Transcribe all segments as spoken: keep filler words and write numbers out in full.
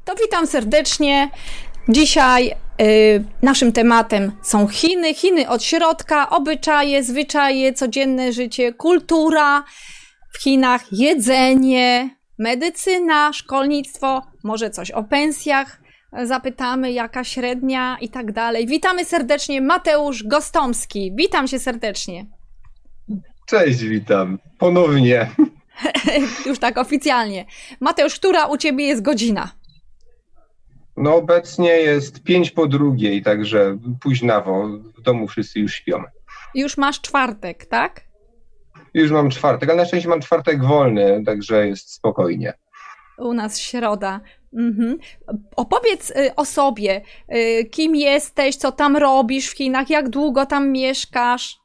To witam serdecznie. Dzisiaj y, naszym tematem są Chiny. Chiny od środka, obyczaje, zwyczaje, codzienne życie, kultura w Chinach, jedzenie, medycyna, szkolnictwo, może coś o pensjach zapytamy, jaka średnia i tak dalej. Witamy serdecznie, Mateusz Gostomski. Witam cię serdecznie. Cześć, witam. Ponownie. Już tak oficjalnie. Mateusz, która u ciebie jest godzina? No obecnie jest pięć po drugiej, także późnawo. W domu wszyscy już śpią. Już masz czwartek, tak? Już mam czwartek, ale na szczęście mam czwartek wolny, także jest spokojnie. U nas środa. Mhm. Opowiedz y, o sobie. Y, kim jesteś, co tam robisz w Chinach, jak długo tam mieszkasz?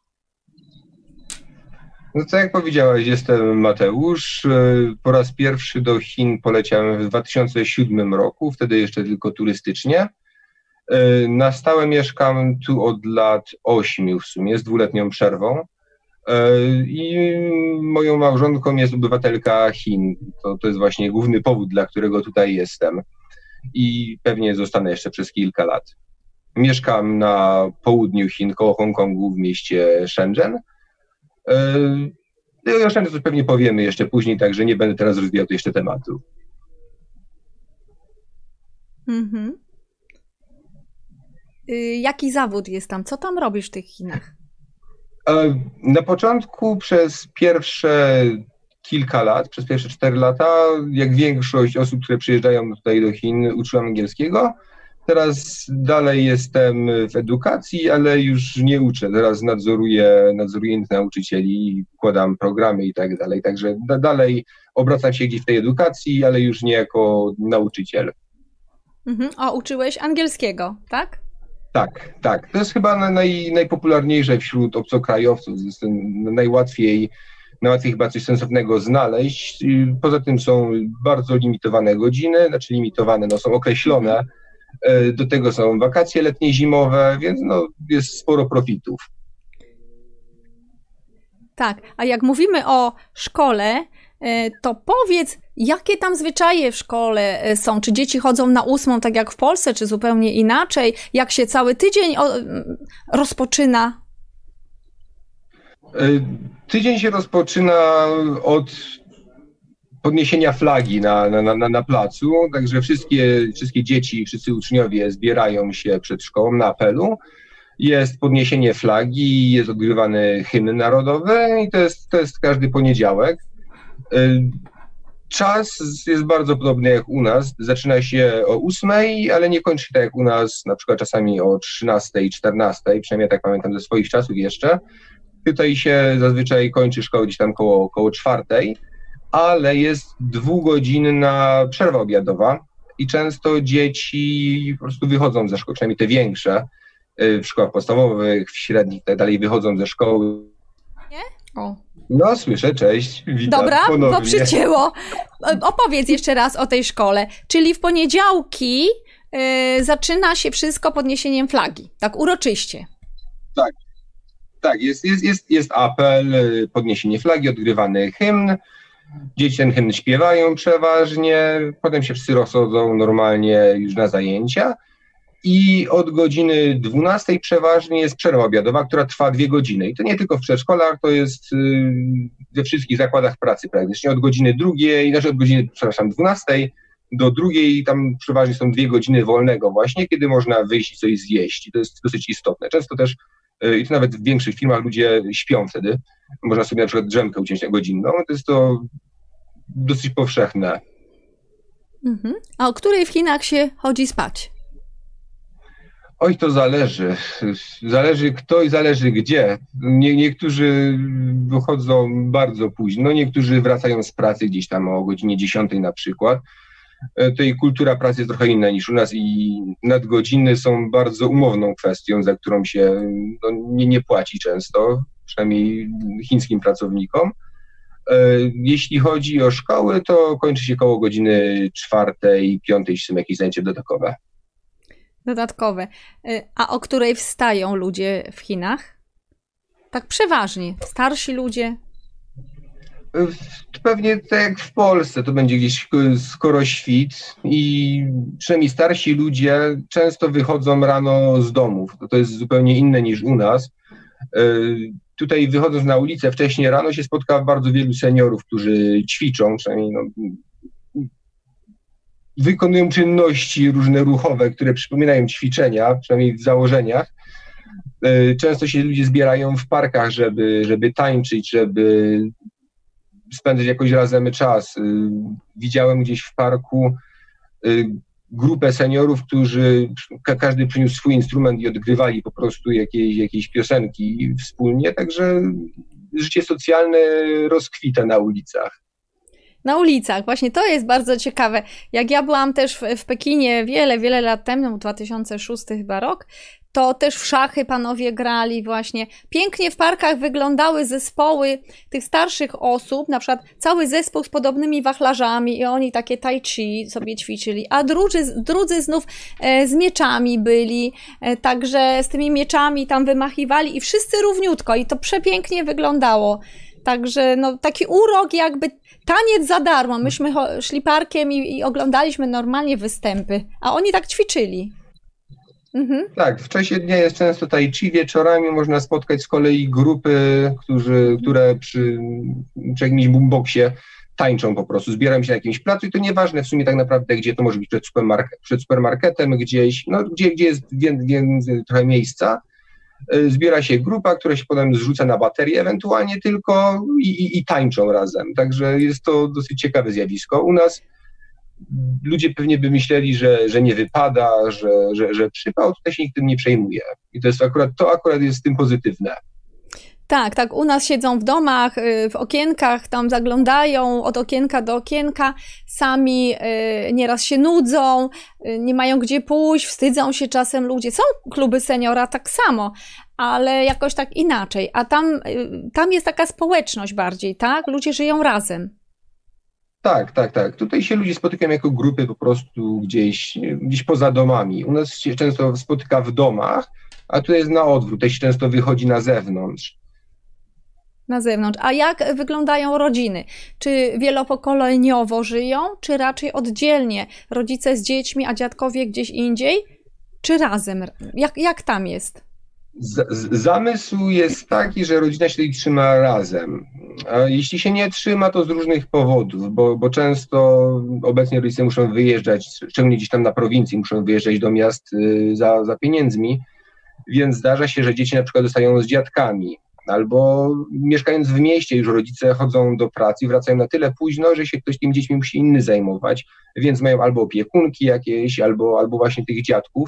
No to jak powiedziałaś, jestem Mateusz. Po raz pierwszy do Chin poleciałem w dwa tysiące siódmym roku, wtedy jeszcze tylko turystycznie. Na stałe mieszkam tu od lat ośmiu w sumie, z dwuletnią przerwą. I moją małżonką jest obywatelka Chin. To, to jest właśnie główny powód, dla którego tutaj jestem. I pewnie zostanę jeszcze przez kilka lat. Mieszkam na południu Chin, koło Hongkongu, w mieście Shenzhen. No i o Shenzhen pewnie powiemy jeszcze później, także nie będę teraz rozwijał jeszcze tematu. Mhm. Y, jaki zawód jest tam? Co tam robisz w tych Chinach? Na początku przez pierwsze kilka lat, przez pierwsze cztery lata, jak większość osób, które przyjeżdżają tutaj do Chin, uczyłem angielskiego. Teraz dalej jestem w edukacji, ale już nie uczę. Teraz nadzoruję, nadzoruję innych nauczycieli, układam programy i tak dalej. Także da, dalej obracam się gdzieś w tej edukacji, ale już nie jako nauczyciel. Mhm. O, uczyłeś angielskiego, tak? Tak, tak. To jest chyba naj, najpopularniejsze wśród obcokrajowców. Jest najłatwiej, najłatwiej chyba coś sensownego znaleźć. Poza tym są bardzo limitowane godziny, znaczy limitowane, no są określone. Do tego są wakacje letnie, zimowe, więc no jest sporo profitów. Tak, a jak mówimy o szkole, to powiedz, jakie tam zwyczaje w szkole są? Czy dzieci chodzą na ósmą, tak jak w Polsce, czy zupełnie inaczej? Jak się cały tydzień rozpoczyna? Tydzień się rozpoczyna od podniesienia flagi na, na, na, na placu, także wszystkie, wszystkie dzieci, wszyscy uczniowie zbierają się przed szkołą na apelu. Jest podniesienie flagi, jest odgrywany hymn narodowy i to jest, to jest każdy poniedziałek. Czas jest bardzo podobny jak u nas. Zaczyna się o ósmej, ale nie kończy się tak jak u nas, na przykład czasami o trzynastej, czternastej, przynajmniej tak pamiętam ze swoich czasów jeszcze. Tutaj się zazwyczaj kończy szkoła gdzieś tam koło, koło czwartej, ale jest dwugodzinna przerwa obiadowa i często dzieci po prostu wychodzą ze szkoły, przynajmniej te większe, w szkołach podstawowych, w średnich i tak dalej, wychodzą ze szkoły. Nie? O. No, słyszę, cześć, witam. Dobra, ponownie. bo przycięło. Opowiedz jeszcze raz o tej szkole. Czyli w poniedziałki y, zaczyna się wszystko podniesieniem flagi, tak uroczyście. Tak, tak, jest, jest, jest, jest apel, podniesienie flagi, odgrywany hymn. Dzieci ten hymn śpiewają przeważnie, potem się wszyscy rozchodzą normalnie już na zajęcia i od godziny dwunastej przeważnie jest przerwa obiadowa, która trwa dwie godziny. I to nie tylko w przedszkolach, to jest we wszystkich zakładach pracy praktycznie. Od godziny drugiej, znaczy od godziny, przepraszam, dwunastej do drugiej, tam przeważnie są dwie godziny wolnego właśnie, kiedy można wyjść i coś zjeść. I to jest dosyć istotne. Często też, i to nawet w większych firmach, ludzie śpią wtedy. Można sobie na przykład drzemkę uciąć na godzinną. To jest to dosyć powszechne. Mhm. A o której w Chinach się chodzi spać? Oj, to zależy. Zależy kto i zależy gdzie. Nie, niektórzy wychodzą bardzo późno, niektórzy wracają z pracy gdzieś tam o godzinie dziesiątej na przykład. Tutaj kultura pracy jest trochę inna niż u nas i nadgodziny są bardzo umowną kwestią, za którą się no, nie, nie płaci często, przynajmniej chińskim pracownikom. Jeśli chodzi o szkoły, to kończy się koło godziny czwartej, piątej, czy są jakieś zajęcia dodatkowe. Dodatkowe. A o której wstają ludzie w Chinach? Tak przeważnie. Starsi ludzie? Pewnie tak jak w Polsce, to będzie gdzieś skoro świt i przynajmniej starsi ludzie często wychodzą rano z domów. To, to jest zupełnie inne niż u nas. Tutaj wychodząc na ulicę wcześniej rano się spotka bardzo wielu seniorów, którzy ćwiczą, przynajmniej no, wykonują czynności różne ruchowe, które przypominają ćwiczenia, przynajmniej w założeniach. Często się ludzie zbierają w parkach, żeby, żeby tańczyć, żeby spędzać jakoś razem czas. Widziałem gdzieś w parku grupę seniorów, którzy każdy przyniósł swój instrument i odgrywali po prostu jakieś, jakieś piosenki wspólnie, także życie socjalne rozkwita na ulicach. Na ulicach, właśnie to jest bardzo ciekawe. Jak ja byłam też w, w Pekinie wiele, wiele lat temu, dwa tysiące szósty chyba rok, to też w szachy panowie grali właśnie. Pięknie w parkach wyglądały zespoły tych starszych osób, na przykład cały zespół z podobnymi wachlarzami i oni takie tai chi sobie ćwiczyli, a drudzy, drudzy znów e, z mieczami byli, e, także z tymi mieczami tam wymachiwali i wszyscy równiutko i to przepięknie wyglądało. Także no, taki urok jakby taniec za darmo. Myśmy szli parkiem i, i oglądaliśmy normalnie występy, a oni tak ćwiczyli. Mhm. Tak, w czasie dnia jest często tai chi, wieczorami można spotkać z kolei grupy, którzy, które przy, przy jakimś boomboxie tańczą po prostu, zbierają się na jakimś placu i to nieważne w sumie tak naprawdę, gdzie to może być przed, supermarket, przed supermarketem, gdzieś, no gdzie, gdzie jest więcej trochę miejsca. Zbiera się grupa, która się potem zrzuca na baterię ewentualnie tylko i, i, i tańczą razem. Także jest to dosyć ciekawe zjawisko. U nas ludzie pewnie by myśleli, że, że nie wypada, że, że, że przypał, tutaj się nikt tym nie przejmuje. I to jest akurat, to akurat jest z tym pozytywne. Tak, tak, u nas siedzą w domach, w okienkach, tam zaglądają od okienka do okienka, sami nieraz się nudzą, nie mają gdzie pójść, wstydzą się czasem ludzie. Są kluby seniora tak samo, ale jakoś tak inaczej, a tam, tam jest taka społeczność bardziej, tak? Ludzie żyją razem. Tak, tak, tak. Tutaj się ludzie spotykają jako grupy po prostu gdzieś, gdzieś poza domami. U nas się często spotyka w domach, a tutaj jest na odwrót, tutaj się często wychodzi na zewnątrz. Na zewnątrz. A jak wyglądają rodziny? Czy wielopokoleniowo żyją, czy raczej oddzielnie? Rodzice z dziećmi, a dziadkowie gdzieś indziej? Czy razem? Jak, jak tam jest? Z, z, zamysł jest taki, że rodzina się tutaj trzyma razem. A jeśli się nie trzyma, to z różnych powodów, bo, bo często obecnie rodzice muszą wyjeżdżać, szczególnie gdzieś tam na prowincji, muszą wyjeżdżać do miast y, za, za pieniędzmi, więc zdarza się, że dzieci na przykład zostają z dziadkami. Albo mieszkając w mieście już rodzice chodzą do pracy i wracają na tyle późno, że się ktoś tymi dziećmi musi inny zajmować, więc mają albo opiekunki jakieś, albo, albo właśnie tych dziadków,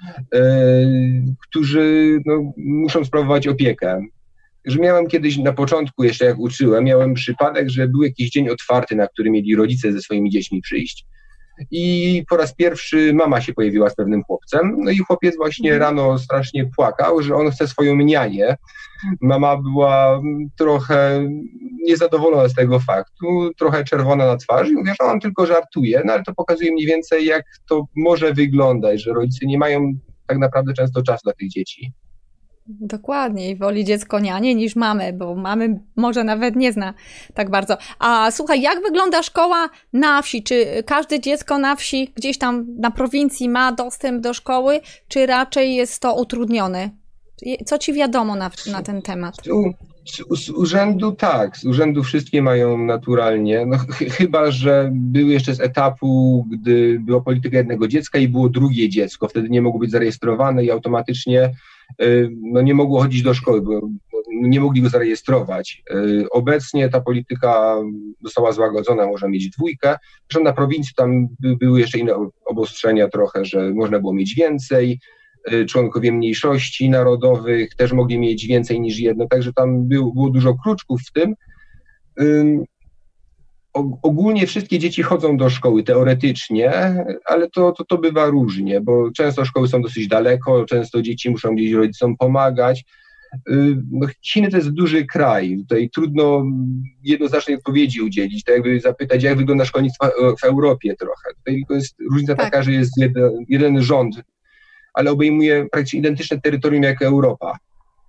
yy, którzy no, muszą sprawować opiekę. Że miałem kiedyś na początku, jeszcze jak uczyłem, miałem przypadek, że był jakiś dzień otwarty, na który mieli rodzice ze swoimi dziećmi przyjść. I po raz pierwszy mama się pojawiła z pewnym chłopcem, no i chłopiec właśnie rano strasznie płakał, że on chce swoją nianię. Mama była trochę niezadowolona z tego faktu, trochę czerwona na twarzy i mówię, że on tylko żartuje, no ale to pokazuje mniej więcej, jak to może wyglądać, że rodzice nie mają tak naprawdę często czasu dla tych dzieci. Dokładnie, i woli dziecko nianie niż mamy, bo mamy może nawet nie zna tak bardzo. A słuchaj, jak wygląda szkoła na wsi? Czy każde dziecko na wsi, gdzieś tam na prowincji ma dostęp do szkoły, czy raczej jest to utrudnione? Co ci wiadomo na, na ten temat? Z, z urzędu tak, z urzędu wszystkie mają naturalnie, no, ch chyba że były jeszcze z etapu, gdy była polityka jednego dziecka i było drugie dziecko, wtedy nie mogło być zarejestrowane i automatycznie y, no, nie mogło chodzić do szkoły, bo nie mogli go zarejestrować. Y, obecnie ta polityka została złagodzona, można mieć dwójkę, zresztą na prowincji tam by, były jeszcze inne obostrzenia trochę, że można było mieć więcej, członkowie mniejszości narodowych też mogli mieć więcej niż jedno, także tam był, było dużo kruczków w tym. Um, ogólnie wszystkie dzieci chodzą do szkoły teoretycznie, ale to, to, to bywa różnie, bo często szkoły są dosyć daleko, często dzieci muszą gdzieś rodzicom pomagać. Um, no, Chiny to jest duży kraj, tutaj trudno jednoznacznej odpowiedzi udzielić, tak jakby zapytać, jak wygląda szkolnictwo w Europie trochę. Tutaj tylko jest różnica tak. taka, że jest jeden, jeden rząd, ale obejmuje praktycznie identyczne terytorium jak Europa.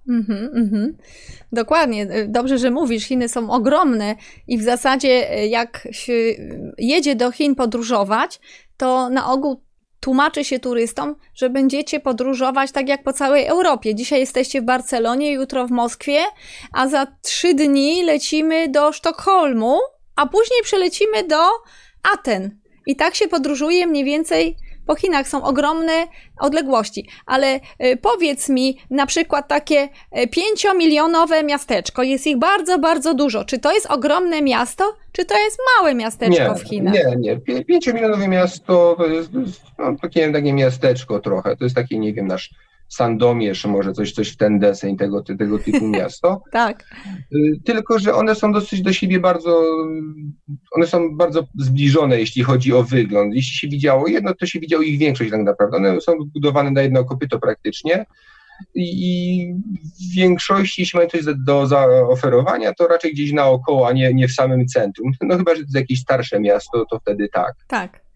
Mhm, mhm. Dokładnie. Dobrze, że mówisz. Chiny są ogromne i w zasadzie jak się jedzie do Chin podróżować, to na ogół tłumaczy się turystom, że będziecie podróżować tak jak po całej Europie. Dzisiaj jesteście w Barcelonie, jutro w Moskwie, a za trzy dni lecimy do Sztokholmu, a później przelecimy do Aten. I tak się podróżuje mniej więcej po Chinach. Są ogromne odległości. Ale y, powiedz mi, na przykład takie pięciomilionowe miasteczko, jest ich bardzo, bardzo dużo. Czy to jest ogromne miasto, czy to jest małe miasteczko Nie, w Chinach? nie, nie. Pię- Pięciomilionowe miasto to jest, to jest no, takie, takie miasteczko trochę. To jest takie, nie wiem, nasz Sandomierz, może coś, coś w ten deseń, tego, tego typu miasto. Tak. Y, Tylko, że one są dosyć do siebie bardzo, one są bardzo zbliżone, jeśli chodzi o wygląd. Jeśli się widziało jedno, to się widziało ich większość tak naprawdę. One są zbudowane na jedno kopyto praktycznie i w większości, jeśli mają coś do zaoferowania, to raczej gdzieś naokoło, a nie, nie w samym centrum. No chyba, że to jest jakieś starsze miasto, to wtedy tak. Tak.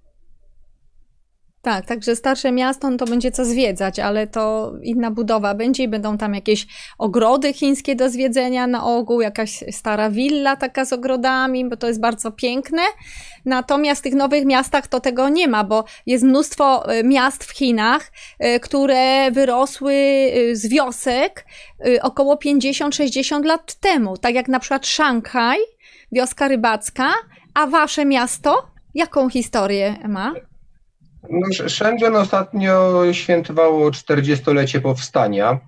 Tak, także starsze miasto, no to będzie co zwiedzać, ale to inna budowa będzie i będą tam jakieś ogrody chińskie do zwiedzenia na ogół, jakaś stara willa taka z ogrodami, bo to jest bardzo piękne. Natomiast w tych nowych miastach to tego nie ma, bo jest mnóstwo miast w Chinach, które wyrosły z wiosek około pięćdziesiąt sześćdziesiąt lat temu, tak jak na przykład Szanghaj, wioska rybacka, a wasze miasto jaką historię ma? No, Shenzhen ostatnio świętowało czterdziestolecie powstania.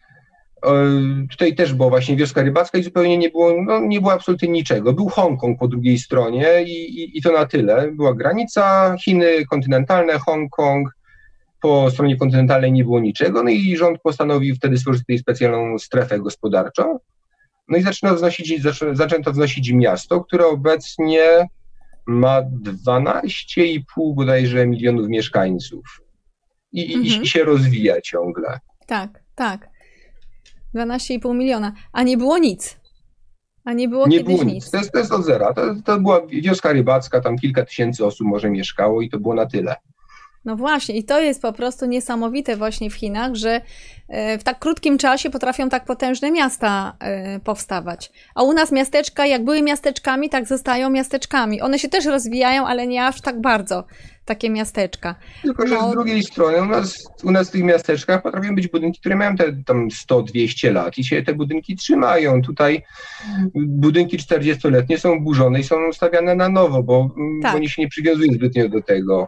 Tutaj też była właśnie wioska rybacka i zupełnie nie było, no, nie było absolutnie niczego. Był Hongkong po drugiej stronie i, i, i to na tyle. Była granica, Chiny kontynentalne, Hongkong. Po stronie kontynentalnej nie było niczego, no i rząd postanowił wtedy stworzyć tutaj specjalną strefę gospodarczą. No i zaczęto wznosić, zaczęto wznosić miasto, które obecnie ma dwanaście i pół bodajże milionów mieszkańców i, mhm. i, i się rozwija ciągle. Tak, tak. dwanaście i pół miliona. A nie było nic. A nie było nie kiedyś było nic. nic. To jest, to jest od zera. To, to była wioska rybacka, tam kilka tysięcy osób może mieszkało i to było na tyle. No właśnie, i to jest po prostu niesamowite właśnie w Chinach, że w tak krótkim czasie potrafią tak potężne miasta powstawać. A u nas miasteczka, jak były miasteczkami, tak zostają miasteczkami. One się też rozwijają, ale nie aż tak bardzo, takie miasteczka. Tylko, że no... z drugiej strony u nas, u nas w tych miasteczkach potrafią być budynki, które mają te tam sto dwieście lat i się te budynki trzymają. Tutaj budynki czterdziestoletnie są burzone i są stawiane na nowo, bo, tak. bo oni się nie przywiązują zbytnio do tego.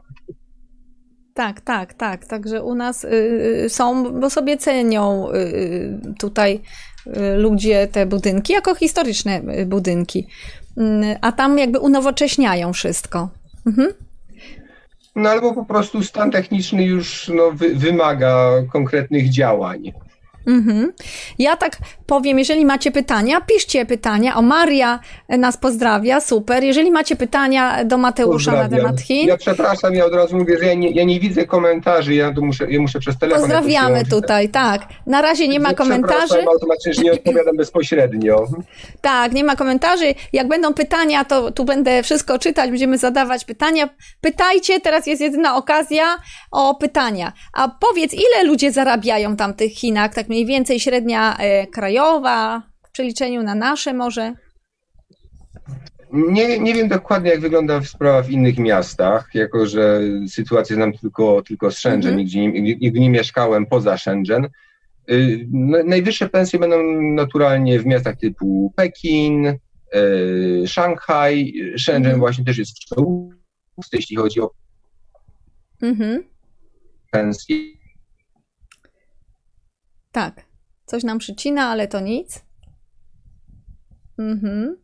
Tak, tak, tak. Także u nas y, są, bo sobie cenią y, tutaj y, ludzie te budynki jako historyczne budynki. Y, a tam jakby unowocześniają wszystko. Mhm. No albo po prostu stan techniczny już no, wy, wymaga konkretnych działań. Mhm. Ja tak powiem, jeżeli macie pytania, piszcie pytania. O, Maria nas pozdrawia, super. Jeżeli macie pytania do Mateusza na temat Chin. Ja przepraszam, ja od razu mówię, że ja nie, ja nie widzę komentarzy, ja tu muszę, ja muszę przez telefon. Pozdrawiamy tutaj, tak. Na razie nie ma komentarzy. Automatycznie, że nie odpowiadam bezpośrednio. Tak, nie ma komentarzy. Jak będą pytania, to tu będę wszystko czytać, będziemy zadawać pytania. Pytajcie, teraz jest jedyna okazja o pytania. A powiedz, ile ludzie zarabiają tam w tych Chinach, tak mniej więcej średnia e, krajowa, w przeliczeniu na nasze może? Nie, nie wiem dokładnie, jak wygląda sprawa w innych miastach, jako że sytuację znam tylko, tylko z Shenzhen, mm-hmm. nigdzie, nie, nigdy nie mieszkałem poza Shenzhen. Y, najwyższe pensje będą naturalnie w miastach typu Pekin, y, Szanghaj, Shenzhen mm-hmm. właśnie też jest w czołówce, jeśli chodzi o mm-hmm. pensje. Tak, coś nam przycina, ale to nic. Mhm.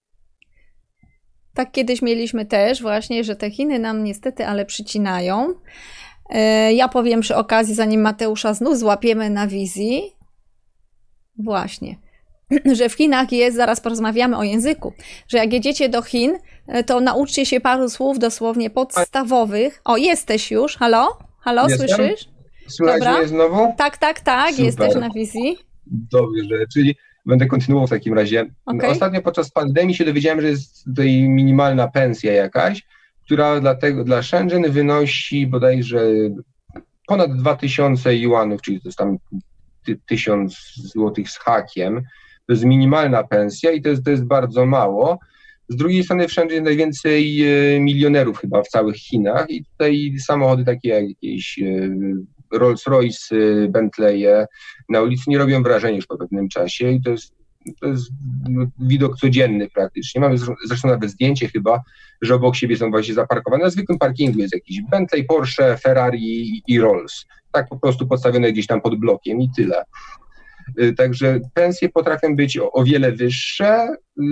Tak kiedyś mieliśmy też właśnie, że te Chiny nam niestety, ale przycinają. Ja powiem przy okazji, zanim Mateusza znów złapiemy na wizji, właśnie, że w Chinach jest, zaraz porozmawiamy o języku, że jak jedziecie do Chin, to nauczcie się paru słów dosłownie podstawowych. O, jesteś już, halo? Halo, Jestem? Słyszysz? Słychać mnie znowu? Tak, tak, tak, Super. Jesteś na wizji. Dobrze, czyli będę kontynuował w takim razie. Okay. Ostatnio podczas pandemii się dowiedziałem, że jest tutaj minimalna pensja jakaś, która dla, tego, dla Shenzhen wynosi bodajże ponad dwa tysiące juanów, czyli to jest tam ty, tysiąc złotych z hakiem. To jest minimalna pensja i to jest, to jest bardzo mało. Z drugiej strony w Shenzhen najwięcej milionerów chyba w całych Chinach i tutaj samochody takie jak jakieś Rolls-Royce, Bentleye na ulicy nie robią wrażenia już po pewnym czasie i to jest, to jest widok codzienny praktycznie. Mamy zresztą nawet zdjęcie chyba, że obok siebie są właśnie zaparkowane. Na zwykłym parkingu jest jakiś Bentley, Porsche, Ferrari i Rolls. Tak po prostu postawione gdzieś tam pod blokiem i tyle. Także pensje potrafią być o, o wiele wyższe.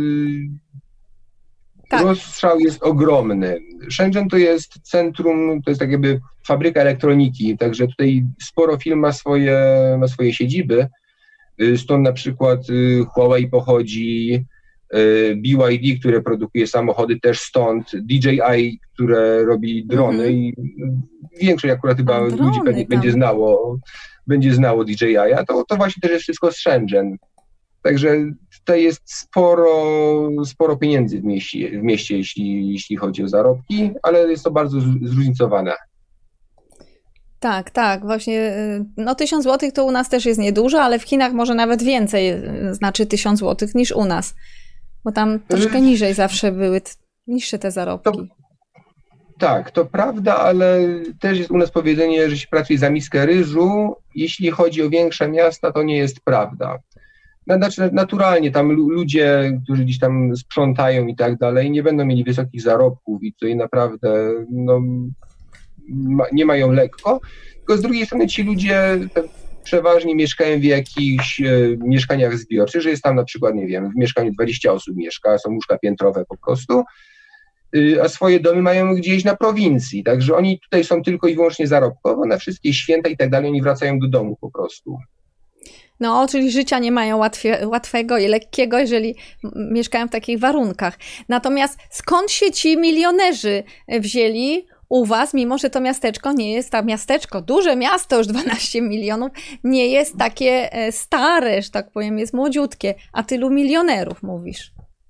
Tak. Rozstrzał jest ogromny. Shenzhen to jest centrum, to jest tak jakby fabryka elektroniki, także tutaj sporo firm ma swoje, ma swoje siedziby. Stąd na przykład Huawei pochodzi, B Y D, które produkuje samochody, też stąd, D J I, które robi drony mm-hmm. i większość akurat chyba drony, ludzi pewnie tam będzie znało, będzie znało D J I, a to, to właśnie też jest wszystko z Shenzhen. Także tutaj jest sporo, sporo pieniędzy w mieście, w mieście jeśli, jeśli chodzi o zarobki, ale jest to bardzo zróżnicowane. Tak, tak, właśnie, no tysiąc złotych to u nas też jest niedużo, ale w Chinach może nawet więcej, znaczy tysiąc złotych niż u nas, bo tam troszkę niżej zawsze były niższe te zarobki. To, tak, to prawda, ale też jest u nas powiedzenie, że się pracuje za miskę ryżu, jeśli chodzi o większe miasta, to nie jest prawda. Znaczy naturalnie tam ludzie, którzy gdzieś tam sprzątają i tak dalej, nie będą mieli wysokich zarobków i tutaj naprawdę no, ma, nie mają lekko, tylko z drugiej strony ci ludzie przeważnie mieszkają w jakichś e, mieszkaniach zbiorczych, że jest tam na przykład, nie wiem, w mieszkaniu dwadzieścia osób mieszka, są łóżka piętrowe po prostu, y, a swoje domy mają gdzieś na prowincji, także oni tutaj są tylko i wyłącznie zarobkowo, na wszystkie święta i tak dalej, oni wracają do domu po prostu. No, czyli życia nie mają łatwie, łatwego i lekkiego, jeżeli mieszkają w takich warunkach. Natomiast skąd się ci milionerzy wzięli u was, mimo że to miasteczko nie jest, to miasteczko, duże miasto, już dwanaście milionów, nie jest takie stare, że tak powiem, jest młodziutkie, a tylu milionerów mówisz?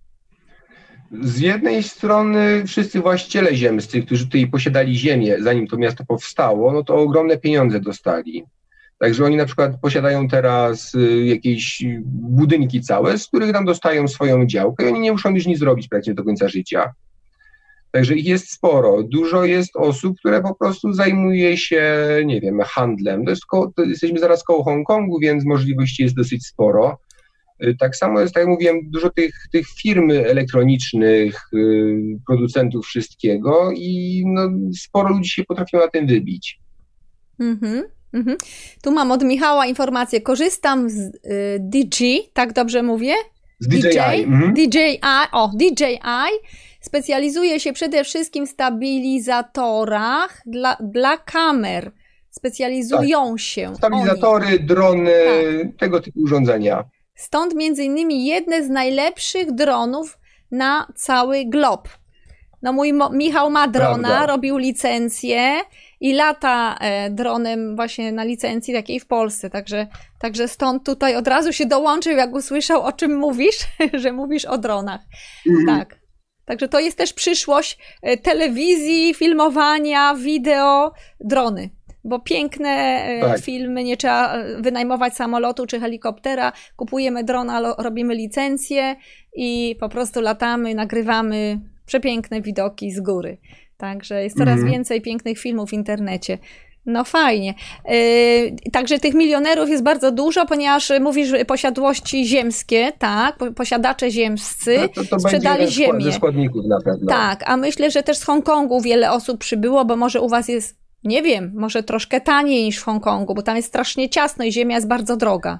Z jednej strony wszyscy właściciele ziemscy, którzy tutaj posiadali ziemię, zanim to miasto powstało, no to ogromne pieniądze dostali. Także oni na przykład posiadają teraz jakieś budynki całe, z których tam dostają swoją działkę i oni nie muszą już nic zrobić praktycznie do końca życia. Także ich jest sporo. Dużo jest osób, które po prostu zajmuje się, nie wiem, handlem. To jest ko- to jesteśmy zaraz koło Hongkongu, więc możliwości jest dosyć sporo. Tak samo jest, tak jak mówiłem, dużo tych, tych firm elektronicznych, producentów wszystkiego i no, sporo ludzi się potrafiło na tym wybić. Mhm. Mhm. Tu mam od Michała informację. Korzystam z y, D J, tak dobrze mówię? Z D J I. D J I, mhm. D J I, o, D J I specjalizuje się przede wszystkim w stabilizatorach dla, dla kamer. Specjalizują tak. się. Stabilizatory, oni. drony, tak. tego typu urządzenia. Stąd między innymi jedne z najlepszych dronów na cały glob. No mój Mo- Michał ma drona, Prawda. robił licencję i lata e, dronem właśnie na licencji takiej w Polsce, także, także stąd tutaj od razu się dołączył, jak usłyszał, o czym mówisz, że mówisz o dronach. Mhm. Tak. Także to jest też przyszłość e, telewizji, filmowania, wideo, drony. Bo piękne e, tak. filmy, nie trzeba wynajmować samolotu czy helikoptera, kupujemy drona, lo, robimy licencję i po prostu latamy, nagrywamy przepiękne widoki z góry. Także jest coraz mm. więcej pięknych filmów w internecie. No fajnie. Yy, także tych milionerów jest bardzo dużo, ponieważ mówisz posiadłości ziemskie, tak, posiadacze ziemscy no to, to sprzedali ziemię. Ze składników na pewno. Tak, a myślę, że też z Hongkongu wiele osób przybyło, bo może u was jest, nie wiem, może troszkę taniej niż w Hongkongu, bo tam jest strasznie ciasno i ziemia jest bardzo droga.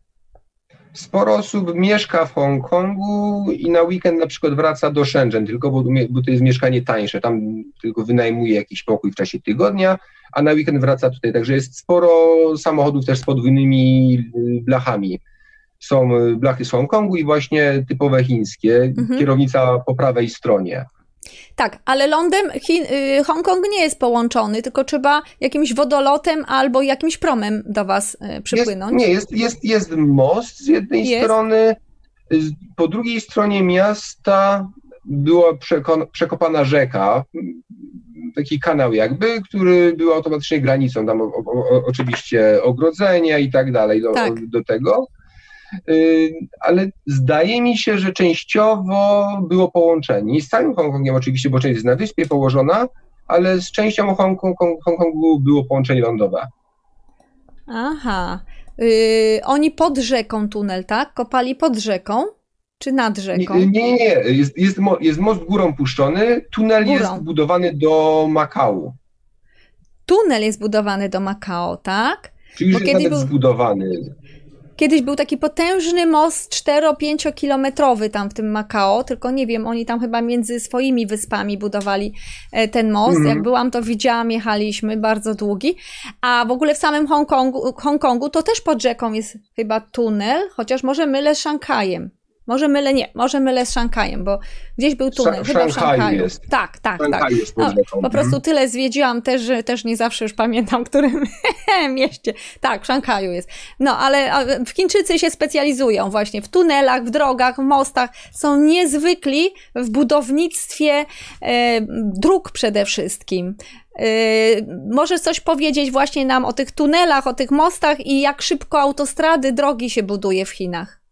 Sporo osób mieszka w Hongkongu i na weekend na przykład wraca do Shenzhen, tylko bo, bo to jest mieszkanie tańsze, tam tylko wynajmuje jakiś pokój w czasie tygodnia, a na weekend wraca tutaj, także jest sporo samochodów też z podwójnymi blachami. Są blachy z Hongkongu i właśnie typowe chińskie, mhm. kierownica po prawej stronie. Tak, ale lądem Chin, y, Hongkong nie jest połączony, tylko trzeba jakimś wodolotem albo jakimś promem do was y, przypłynąć. Jest, nie, jest, jest, jest most z jednej jest. strony, po drugiej stronie miasta była przekon, przekopana rzeka. taki kanał jakby, który był automatycznie granicą, tam o, o, oczywiście ogrodzenia i tak dalej do, tak. do tego. Ale zdaje mi się, że częściowo było połączenie. Nie z całym Hongkongiem oczywiście, bo część jest na wyspie położona, ale z częścią Hongkongu, Hongkongu było połączenie lądowe. Aha. Yy, oni pod rzeką tunel, tak? Kopali pod rzeką? Czy nad rzeką? Nie, nie, nie. Jest, jest, jest most górą puszczony, tunel górą. Jest budowany do Makału. Tunel jest budowany do Makao, tak? Czyli już jest nawet był... zbudowany. Kiedyś był taki potężny most cztero-pięciokilometrowy tam w tym Makao, tylko nie wiem, oni tam chyba między swoimi wyspami budowali ten most. Mm. Jak byłam, to widziałam, jechaliśmy, bardzo długi. A w ogóle w samym Hongkongu, Hongkongu to też pod rzeką jest chyba tunel, chociaż może mylę z Szanghajem. Może mylę, nie, może mylę z Szanghajem, bo gdzieś był tunel, Sz- chyba w Szanghaju. Jest. Tak, tak, Szanghaj tak. Jest pod no, po prostu tyle zwiedziłam też, że też nie zawsze już pamiętam, w którym mieście. Tak, w Szanghaju jest. No, ale w Chińczycy się specjalizują właśnie w tunelach, w drogach, w mostach. Są niezwykli w budownictwie e, dróg przede wszystkim. Yy, możesz coś powiedzieć właśnie nam o tych tunelach, o tych mostach i jak szybko autostrady, drogi się buduje w Chinach?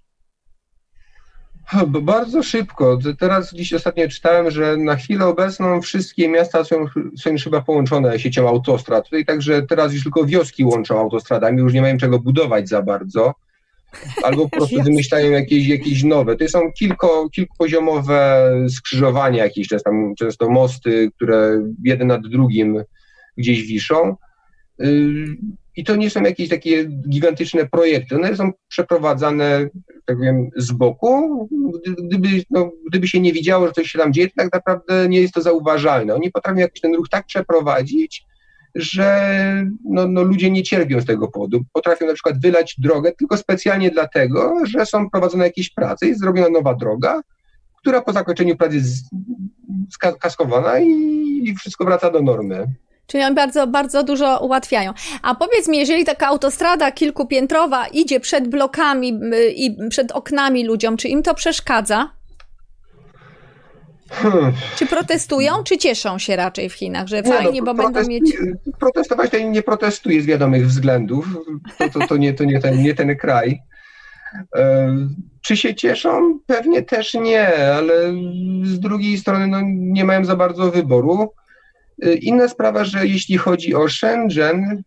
Bardzo szybko. Teraz dziś ostatnio czytałem, że na chwilę obecną wszystkie miasta są, są już chyba połączone siecią autostrad. Tutaj także teraz już tylko wioski łączą autostradami, już nie mają czego budować za bardzo. Albo po prostu wymyślają jakieś, jakieś nowe. To są kilko, kilkupoziomowe skrzyżowania jakieś, często, często mosty, które jeden nad drugim gdzieś wiszą. I to nie są jakieś takie gigantyczne projekty. One są przeprowadzane, tak powiem, z boku. Gdyby, no, gdyby się nie widziało, że coś się tam dzieje, to tak naprawdę nie jest to zauważalne. Oni potrafią jakiś ten ruch tak przeprowadzić, że no, no, ludzie nie cierpią z tego powodu. Potrafią na przykład wylać drogę tylko specjalnie dlatego, że są prowadzone jakieś prace, jest zrobiona nowa droga, która po zakończeniu pracy jest skaskowana i wszystko wraca do normy. Czyli oni bardzo, bardzo dużo ułatwiają. A powiedz mi, jeżeli taka autostrada kilkupiętrowa idzie przed blokami i przed oknami ludziom, czy im to przeszkadza? Hmm. Czy protestują, czy cieszą się raczej w Chinach, że fajnie, no, bo protest, będą mieć... Protestować to nie protestuje z wiadomych względów. To, to, to, nie, to nie, ten, nie ten kraj. E, czy się cieszą? Pewnie też nie, ale z drugiej strony no, nie mają za bardzo wyboru. Inna sprawa, że jeśli chodzi o Shenzhen,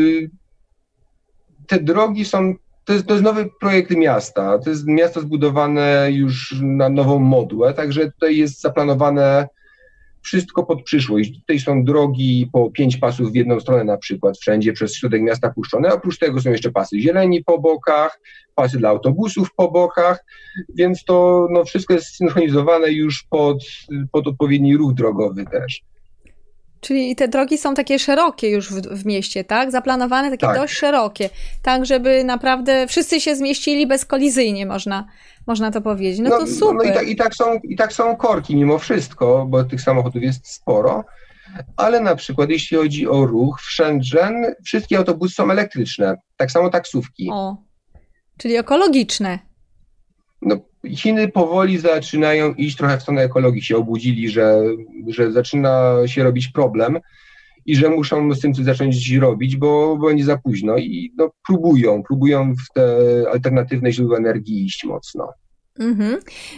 te drogi są, to jest, to jest nowy projekt miasta, to jest miasto zbudowane już na nową modłę, także tutaj jest zaplanowane wszystko pod przyszłość. Tutaj są drogi po pięć pasów w jedną stronę na przykład, wszędzie przez środek miasta puszczone, oprócz tego są jeszcze pasy zieleni po bokach, pasy dla autobusów po bokach, więc to no, wszystko jest synchronizowane już pod, pod odpowiedni ruch drogowy też. Czyli te drogi są takie szerokie już w, w mieście, tak? Zaplanowane takie tak. dość szerokie, tak żeby naprawdę wszyscy się zmieścili bezkolizyjnie, można, można to powiedzieć. No, no to super. No i, tak, i, tak są, i tak są korki mimo wszystko, bo tych samochodów jest sporo, ale na przykład jeśli chodzi o ruch w Shenzhen, wszystkie autobusy są elektryczne, tak samo taksówki. O, czyli ekologiczne. No, Chiny powoli zaczynają iść trochę w stronę ekologii, się obudzili, że, że zaczyna się robić problem i że muszą z tym coś zacząć robić, bo, bo będzie za późno i no, próbują, próbują w te alternatywne źródła energii iść mocno. Mhm.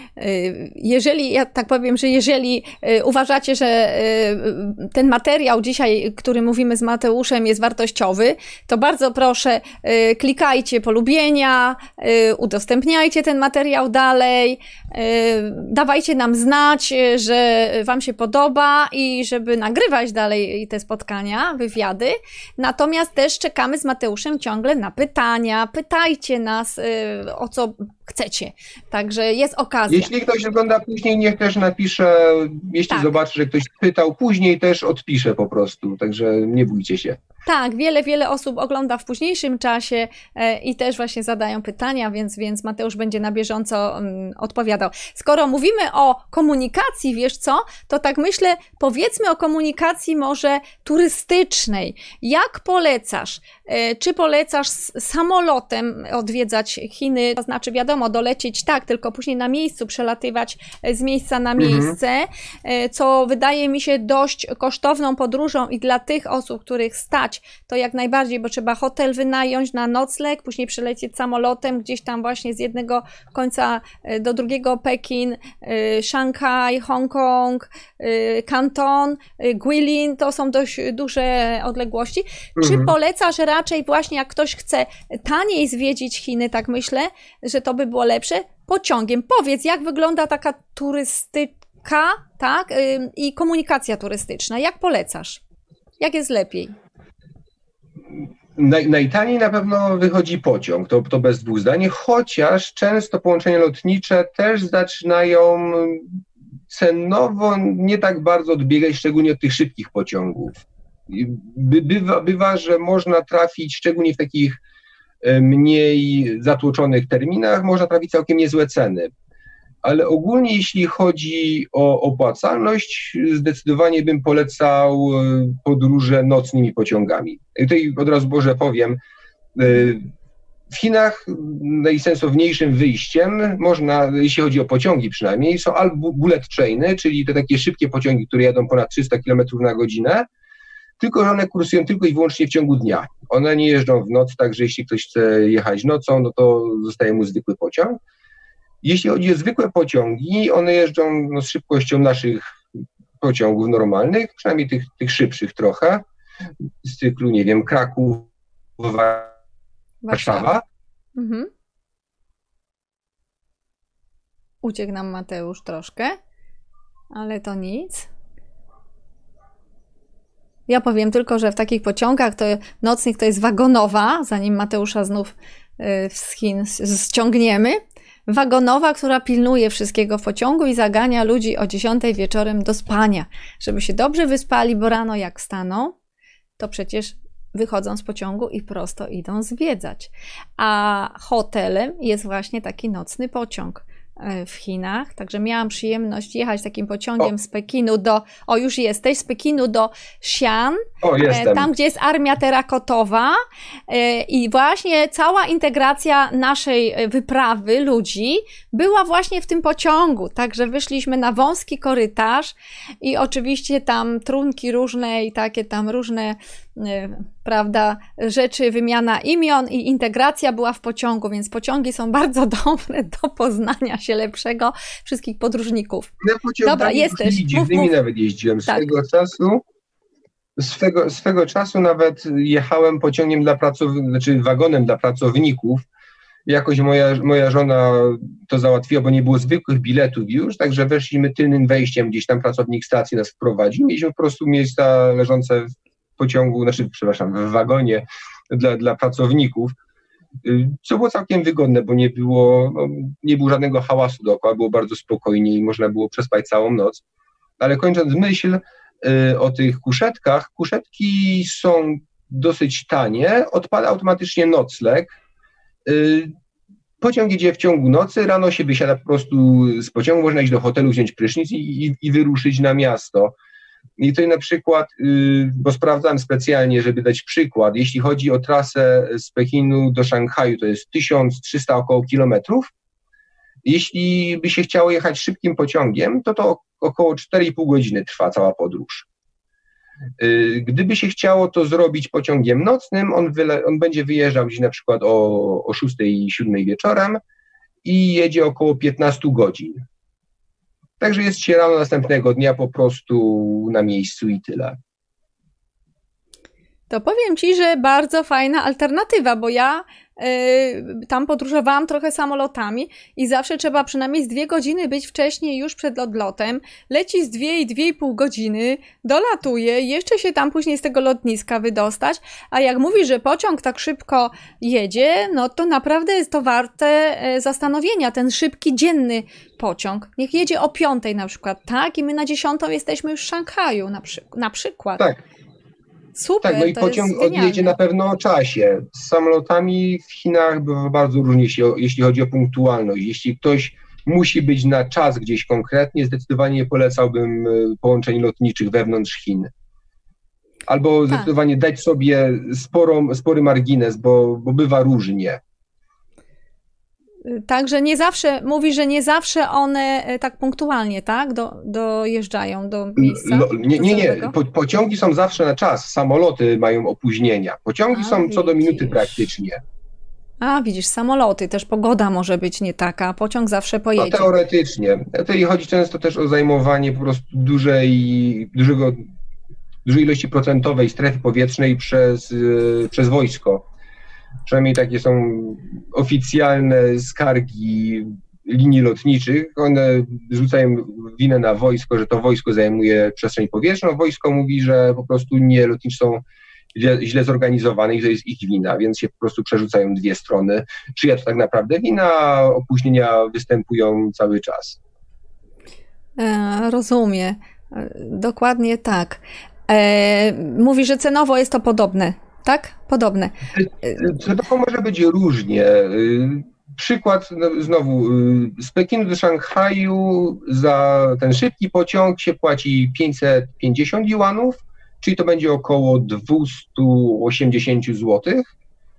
Jeżeli, ja tak powiem, że jeżeli uważacie, że ten materiał dzisiaj, który mówimy z Mateuszem, jest wartościowy, to bardzo proszę, klikajcie polubienia, udostępniajcie ten materiał dalej, dawajcie nam znać, że wam się podoba i żeby nagrywać dalej te spotkania, wywiady. Natomiast też czekamy z Mateuszem ciągle na pytania, pytajcie nas o co chcecie. Także jest okazja. Jeśli ktoś ogląda później, niech też napisze, jeśli tak. zobaczy, że ktoś pytał później, też odpisze po prostu, także nie bójcie się. Tak, wiele, wiele osób ogląda w późniejszym czasie i też właśnie zadają pytania, więc, więc Mateusz będzie na bieżąco odpowiadał. Skoro mówimy o komunikacji, wiesz co, to tak myślę, powiedzmy o komunikacji może turystycznej. Jak polecasz Czy polecasz samolotem odwiedzać Chiny? To znaczy, wiadomo, dolecieć tak, tylko później na miejscu przelatywać z miejsca na miejsce, mhm. co wydaje mi się dość kosztowną podróżą i dla tych osób, których stać, to jak najbardziej, bo trzeba hotel wynająć na nocleg, później przelecieć samolotem gdzieś tam właśnie z jednego końca do drugiego, Pekin, Szanghaj, Hongkong, Kanton, Guilin, to są dość duże odległości. Mhm. Czy polecasz raczej właśnie, jak ktoś chce taniej zwiedzić Chiny, tak myślę, że to by było lepsze, pociągiem? Powiedz, jak wygląda taka turystyka, tak, i komunikacja turystyczna, jak polecasz? Jak jest lepiej? Naj, najtaniej na pewno wychodzi pociąg, to, to bez dwóch zdań, chociaż często połączenia lotnicze też zaczynają cenowo nie tak bardzo odbiegać, szczególnie od tych szybkich pociągów. By, bywa, bywa, że można trafić, szczególnie w takich mniej zatłoczonych terminach, można trafić całkiem niezłe ceny. Ale ogólnie jeśli chodzi o opłacalność, zdecydowanie bym polecał podróże nocnymi pociągami. I tutaj od razu Boże powiem, w Chinach najsensowniejszym wyjściem można, jeśli chodzi o pociągi przynajmniej, są albo bullet trainy, czyli te takie szybkie pociągi, które jadą ponad trzysta kilometrów na godzinę, tylko że one kursują tylko i wyłącznie w ciągu dnia. One nie jeżdżą w noc, także jeśli ktoś chce jechać nocą, no to zostaje mu zwykły pociąg. Jeśli chodzi o zwykłe pociągi, one jeżdżą no, z szybkością naszych pociągów normalnych, przynajmniej tych, tych szybszych trochę, z cyklu, nie wiem, Kraków, Warszawa. Mhm. Uciekł nam Mateusz troszkę, ale to nic. Ja powiem tylko, że w takich pociągach to nocnych to jest wagonowa, zanim Mateusza znów z Chin ściągniemy. Wagonowa, która pilnuje wszystkiego w pociągu i zagania ludzi o dziesiątej wieczorem do spania, żeby się dobrze wyspali, bo rano jak wstaną, to przecież wychodzą z pociągu i prosto idą zwiedzać. A hotelem jest właśnie taki nocny pociąg w Chinach, także miałam przyjemność jechać takim pociągiem o. z Pekinu do, o już jesteś, z Pekinu do Xi'an, o, jestem. tam gdzie jest armia terakotowa i właśnie cała integracja naszej wyprawy ludzi była właśnie w tym pociągu, także wyszliśmy na wąski korytarz i oczywiście tam trunki różne i takie tam różne, prawda, rzeczy, wymiana imion i integracja była w pociągu, więc pociągi są bardzo dobre do poznania się lepszego wszystkich podróżników. Ja Dobra, jesteś. Dziwnymi nawet jeździłem. Swego tak. czasu swego, swego czasu nawet jechałem pociągiem dla pracowników, znaczy wagonem dla pracowników. Jakoś moja, moja żona to załatwiła, bo nie było zwykłych biletów już, także weszliśmy tylnym wejściem, gdzieś tam pracownik stacji nas wprowadził. Mieliśmy po prostu miejsca leżące w pociągu, znaczy, przepraszam, w wagonie dla, dla pracowników, co było całkiem wygodne, bo nie było, no, nie było żadnego hałasu dookoła, było bardzo spokojnie i można było przespać całą noc. Ale kończąc myśl y, o tych kuszetkach, kuszetki są dosyć tanie, odpada automatycznie nocleg. Y, pociąg jedzie w ciągu nocy, rano się wysiada po prostu z pociągu, można iść do hotelu, wziąć prysznic i, i, i wyruszyć na miasto. I tutaj na przykład, bo sprawdzałem specjalnie, żeby dać przykład, jeśli chodzi o trasę z Pekinu do Szanghaju, to jest tysiąc trzysta około kilometrów. Jeśli by się chciało jechać szybkim pociągiem, to to około cztery i pół godziny trwa cała podróż. Gdyby się chciało to zrobić pociągiem nocnym, on, wyle, on będzie wyjeżdżał gdzieś na przykład o, o szóstej, siódmej wieczorem i jedzie około piętnaście godzin. Także jest się rano następnego dnia po prostu na miejscu i tyle. To powiem Ci, że bardzo fajna alternatywa, bo ja y, tam podróżowałam trochę samolotami i zawsze trzeba przynajmniej z dwie godziny być wcześniej już przed odlotem. Leci z dwie i dwie i pół godziny, dolatuje, jeszcze się tam później z tego lotniska wydostać, a jak mówisz, że pociąg tak szybko jedzie, no to naprawdę jest to warte zastanowienia, ten szybki, dzienny pociąg. Niech jedzie o piątej na przykład, tak? I my na dziesiątą jesteśmy już w Szanghaju na, przy, na przykład. Tak. Super, tak, no i pociąg odjedzie na pewno o czasie. Z samolotami w Chinach bywa bardzo różnie, jeśli, jeśli chodzi o punktualność. Jeśli ktoś musi być na czas gdzieś konkretnie, zdecydowanie polecałbym połączeń lotniczych wewnątrz Chin. albo tak. zdecydowanie dać sobie sporą, spory margines, bo, bo bywa różnie. Także nie zawsze, mówi, że nie zawsze one tak punktualnie, tak, do, dojeżdżają do miejsca. Lo, nie, nie, nie. Po, pociągi są zawsze na czas, samoloty mają opóźnienia. Pociągi A, są widzisz. co do minuty praktycznie. A, widzisz, samoloty, też pogoda może być nie taka, pociąg zawsze pojedzie. No teoretycznie. Tutaj chodzi często też o zajmowanie po prostu dużej, dużego, dużej ilości procentowej strefy powietrznej przez, yy, przez wojsko. Przynajmniej takie są oficjalne skargi linii lotniczych. One rzucają winę na wojsko, że to wojsko zajmuje przestrzeń powietrzną. Wojsko mówi, że po prostu nie lotnicze są źle, źle zorganizowane i to jest ich wina, więc się po prostu przerzucają dwie strony. Czyja to tak naprawdę wina? Opóźnienia występują cały czas. E, rozumiem. Dokładnie tak. E, mówi, że cenowo jest to podobne. Tak? Podobne. Cenowo może być różnie. Przykład znowu, z Pekinu do Szanghaju za ten szybki pociąg się płaci pięćset pięćdziesiąt juanów, czyli to będzie około dwieście osiemdziesiąt złotych.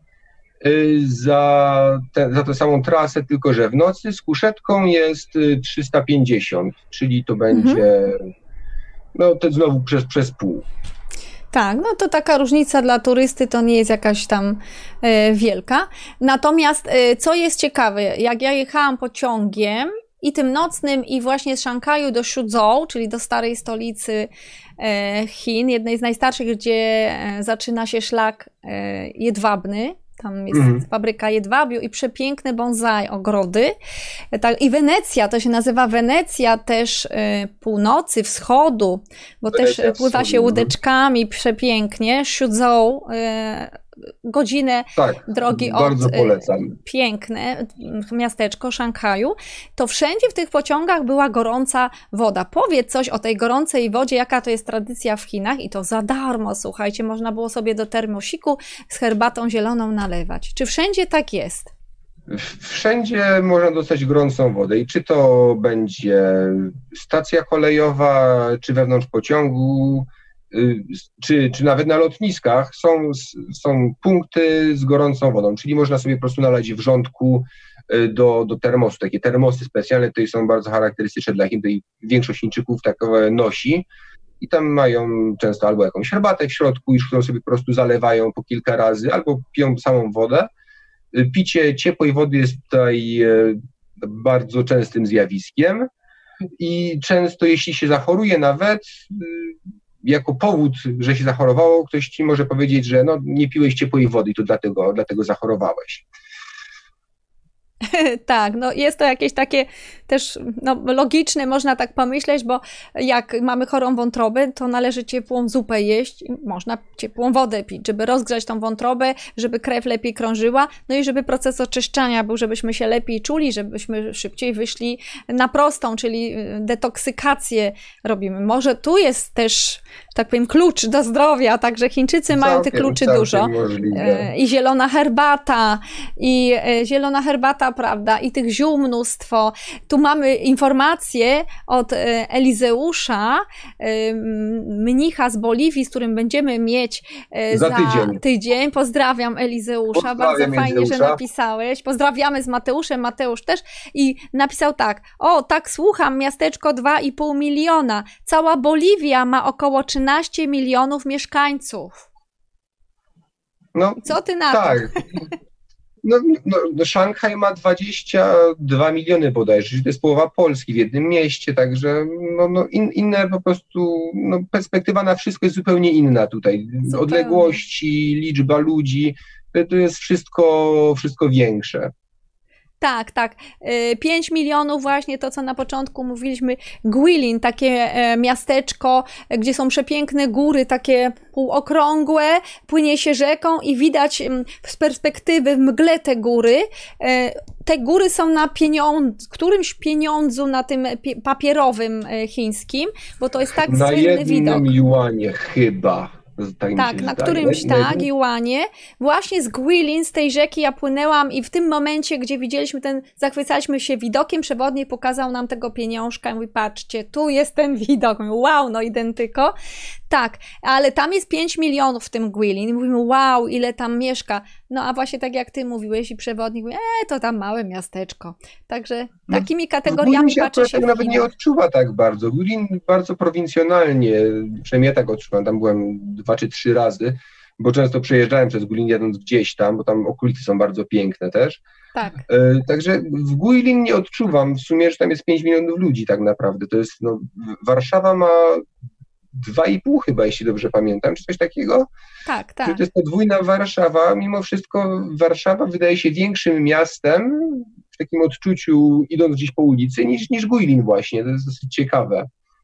Za, te, za tę samą trasę, tylko że w nocy z kuszetką jest trzysta pięćdziesiąt, czyli to będzie mhm. no to znowu przez, przez pół. Tak, no to taka różnica dla turysty to nie jest jakaś tam e, wielka. Natomiast e, co jest ciekawe, jak ja jechałam pociągiem i tym nocnym i właśnie z Szanghaju do Suzhou, czyli do starej stolicy e, Chin, jednej z najstarszych, gdzie e, zaczyna się szlak e, jedwabny. Tam jest mm. fabryka jedwabiu i przepiękne bonsai, ogrody. Tak, i Wenecja, to się nazywa Wenecja też y, północy, wschodu, bo Wenecja też pływa się łódeczkami przepięknie. Suzhou, y, godzinę tak, drogi od bardzo polecam. Y, piękne miasteczko Szanghaju. To wszędzie w tych pociągach była gorąca woda. Powiedz coś o tej gorącej wodzie, jaka to jest tradycja w Chinach i to za darmo, słuchajcie, można było sobie do termosiku z herbatą zieloną nalewać. Czy wszędzie tak jest? Wszędzie można dostać gorącą wodę i czy to będzie stacja kolejowa, czy wewnątrz pociągu, Czy, czy nawet na lotniskach są, są punkty z gorącą wodą, czyli można sobie po prostu nalać wrzątku do, do termosu. Takie termosy specjalne tutaj są bardzo charakterystyczne dla Chin, tutaj większość Chińczyków takowe nosi i tam mają często albo jakąś herbatę w środku, już którą sobie po prostu zalewają po kilka razy, albo piją samą wodę. Picie ciepłej wody jest tutaj bardzo częstym zjawiskiem i często jeśli się zachoruje nawet, jako powód, że się zachorowało, ktoś ci może powiedzieć, że no, nie piłeś ciepłej wody i to dlatego, dlatego zachorowałeś. Tak, no jest to jakieś takie też no, logiczne, można tak pomyśleć, bo jak mamy chorą wątrobę, to należy ciepłą zupę jeść, można ciepłą wodę pić, żeby rozgrzać tą wątrobę, żeby krew lepiej krążyła, no i żeby proces oczyszczania był, żebyśmy się lepiej czuli, żebyśmy szybciej wyszli na prostą, czyli detoksykację robimy. Może tu jest też, tak powiem, klucz do zdrowia, także Chińczycy całkiem, mają tych kluczy dużo. Możliwe. I zielona herbata, i zielona herbata, prawda, i tych ziół mnóstwo. Tu mamy informację od Elizeusza, mnicha z Boliwii, z którym będziemy mieć za, za tydzień. tydzień. Pozdrawiam Elizeusza, Pozdrawiam bardzo fajnie, Elizeusza. że napisałeś. Pozdrawiamy z Mateuszem, Mateusz też i napisał tak: o, tak słucham, miasteczko dwa i pół miliona. Cała Boliwia ma około trzynaście milionów mieszkańców. No, co ty na tak. to? No, no, no, Szanghaj ma dwadzieścia dwa miliony bodajże, czyli to jest połowa Polski w jednym mieście, także no, no in, inne po prostu, no, perspektywa na wszystko jest zupełnie inna tutaj. Zupełnie. Odległości, liczba ludzi, to, to jest wszystko, wszystko większe. Tak, tak. pięć milionów właśnie to, co na początku mówiliśmy, Guilin, takie miasteczko, gdzie są przepiękne góry, takie półokrągłe, płynie się rzeką i widać z perspektywy w mgle te góry. Te góry są na pieniądz, którymś pieniądzu na tym papierowym chińskim, bo to jest tak na słynny widok. Na jednym juanie chyba. Tak, tak na którymś tak, juanie. Właśnie z Guilin, z tej rzeki ja płynęłam i w tym momencie, gdzie widzieliśmy ten, zachwycaliśmy się widokiem, przewodnik pokazał nam tego pieniążka i mówi, patrzcie, tu jest ten widok. Mówi, wow, no identyko. Tak, ale tam jest pięć milionów w tym Guilin i mówimy, wow, ile tam mieszka. No a właśnie tak jak ty mówiłeś i przewodnik mówi, e, to tam małe miasteczko. Także takimi no, kategoriami się patrzy się w nawet Chinach. nie odczuwa tak bardzo. Guilin bardzo prowincjonalnie, przynajmniej ja tak odczuwam, tam byłem dwa czy trzy razy, bo często przejeżdżałem przez Guilin jadąc gdzieś tam, bo tam okolice są bardzo piękne też. Tak. E, także w Guilin nie odczuwam w sumie, że tam jest pięć milionów ludzi tak naprawdę. To jest, no, Warszawa ma dwa i pół chyba, jeśli dobrze pamiętam, czy coś takiego. Tak, tak. Czyli to jest podwójna Warszawa, mimo wszystko Warszawa wydaje się większym miastem w takim odczuciu, idąc gdzieś po ulicy, niż, niż Guilin właśnie. To jest dosyć ciekawe.